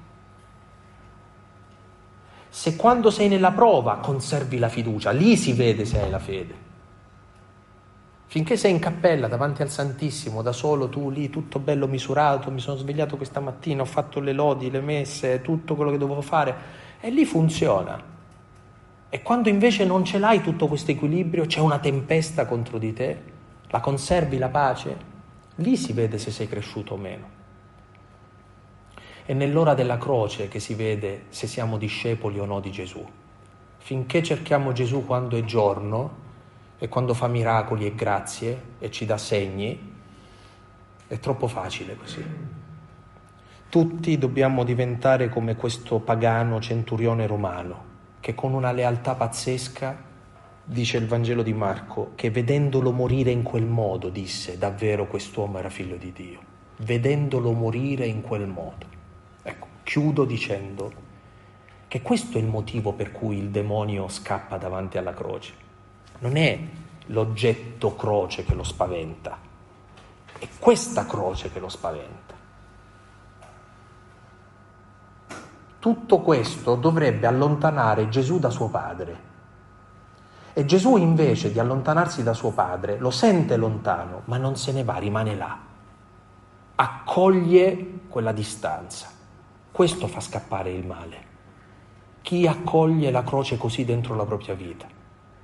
Se quando sei nella prova conservi la fiducia, lì si vede se hai la fede. Finché sei in cappella davanti al Santissimo, da solo, tu lì, tutto bello misurato, mi sono svegliato questa mattina, ho fatto le lodi, le messe, tutto quello che dovevo fare, e lì funziona. E quando invece non ce l'hai tutto questo equilibrio, c'è una tempesta contro di te, la conservi la pace, lì si vede se sei cresciuto o meno. È nell'ora della croce che si vede se siamo discepoli o no di Gesù. Finché cerchiamo Gesù quando è giorno e quando fa miracoli e grazie e ci dà segni, è troppo facile così. Tutti dobbiamo diventare come questo pagano centurione romano, che con una lealtà pazzesca, dice il Vangelo di Marco, che vedendolo morire in quel modo disse: davvero quest'uomo era figlio di Dio. Vedendolo morire in quel modo. Ecco, chiudo dicendo che questo è il motivo per cui il demonio scappa davanti alla croce. Non è l'oggetto croce che lo spaventa, è questa croce che lo spaventa. Tutto questo dovrebbe allontanare Gesù da suo padre. E Gesù invece di allontanarsi da suo padre lo sente lontano, ma non se ne va, rimane là. Accoglie quella distanza. Questo fa scappare il male. Chi accoglie la croce così dentro la propria vita.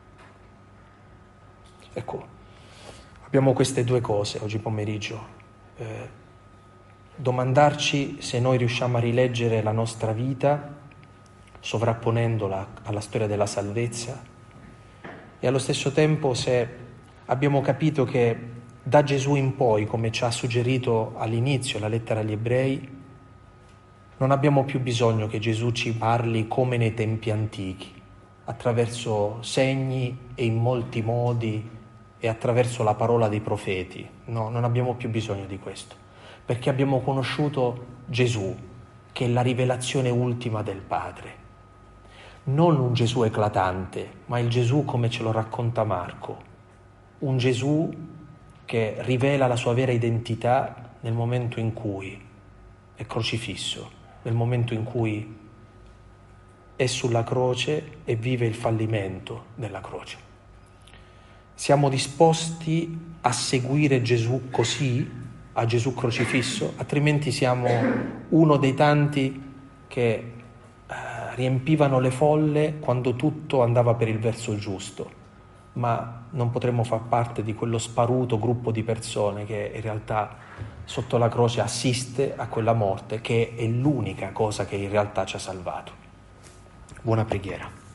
Ecco, abbiamo queste due cose oggi pomeriggio. Eh, domandarci se noi riusciamo a rileggere la nostra vita sovrapponendola alla storia della salvezza e allo stesso tempo se abbiamo capito che da Gesù in poi, come ci ha suggerito all'inizio la lettera agli Ebrei, non abbiamo più bisogno che Gesù ci parli come nei tempi antichi, attraverso segni e in molti modi e attraverso la parola dei profeti. No, non abbiamo più bisogno di questo, perché abbiamo conosciuto Gesù, che è la rivelazione ultima del Padre. Non un Gesù eclatante, ma il Gesù come ce lo racconta Marco, un Gesù che rivela la sua vera identità nel momento in cui è crocifisso, nel momento in cui è sulla croce e vive il fallimento della croce. Siamo disposti a seguire Gesù così, a Gesù crocifisso, altrimenti siamo uno dei tanti che eh, riempivano le folle quando tutto andava per il verso giusto, ma non potremmo far parte di quello sparuto gruppo di persone che in realtà sotto la croce assiste a quella morte che è l'unica cosa che in realtà ci ha salvato. Buona preghiera.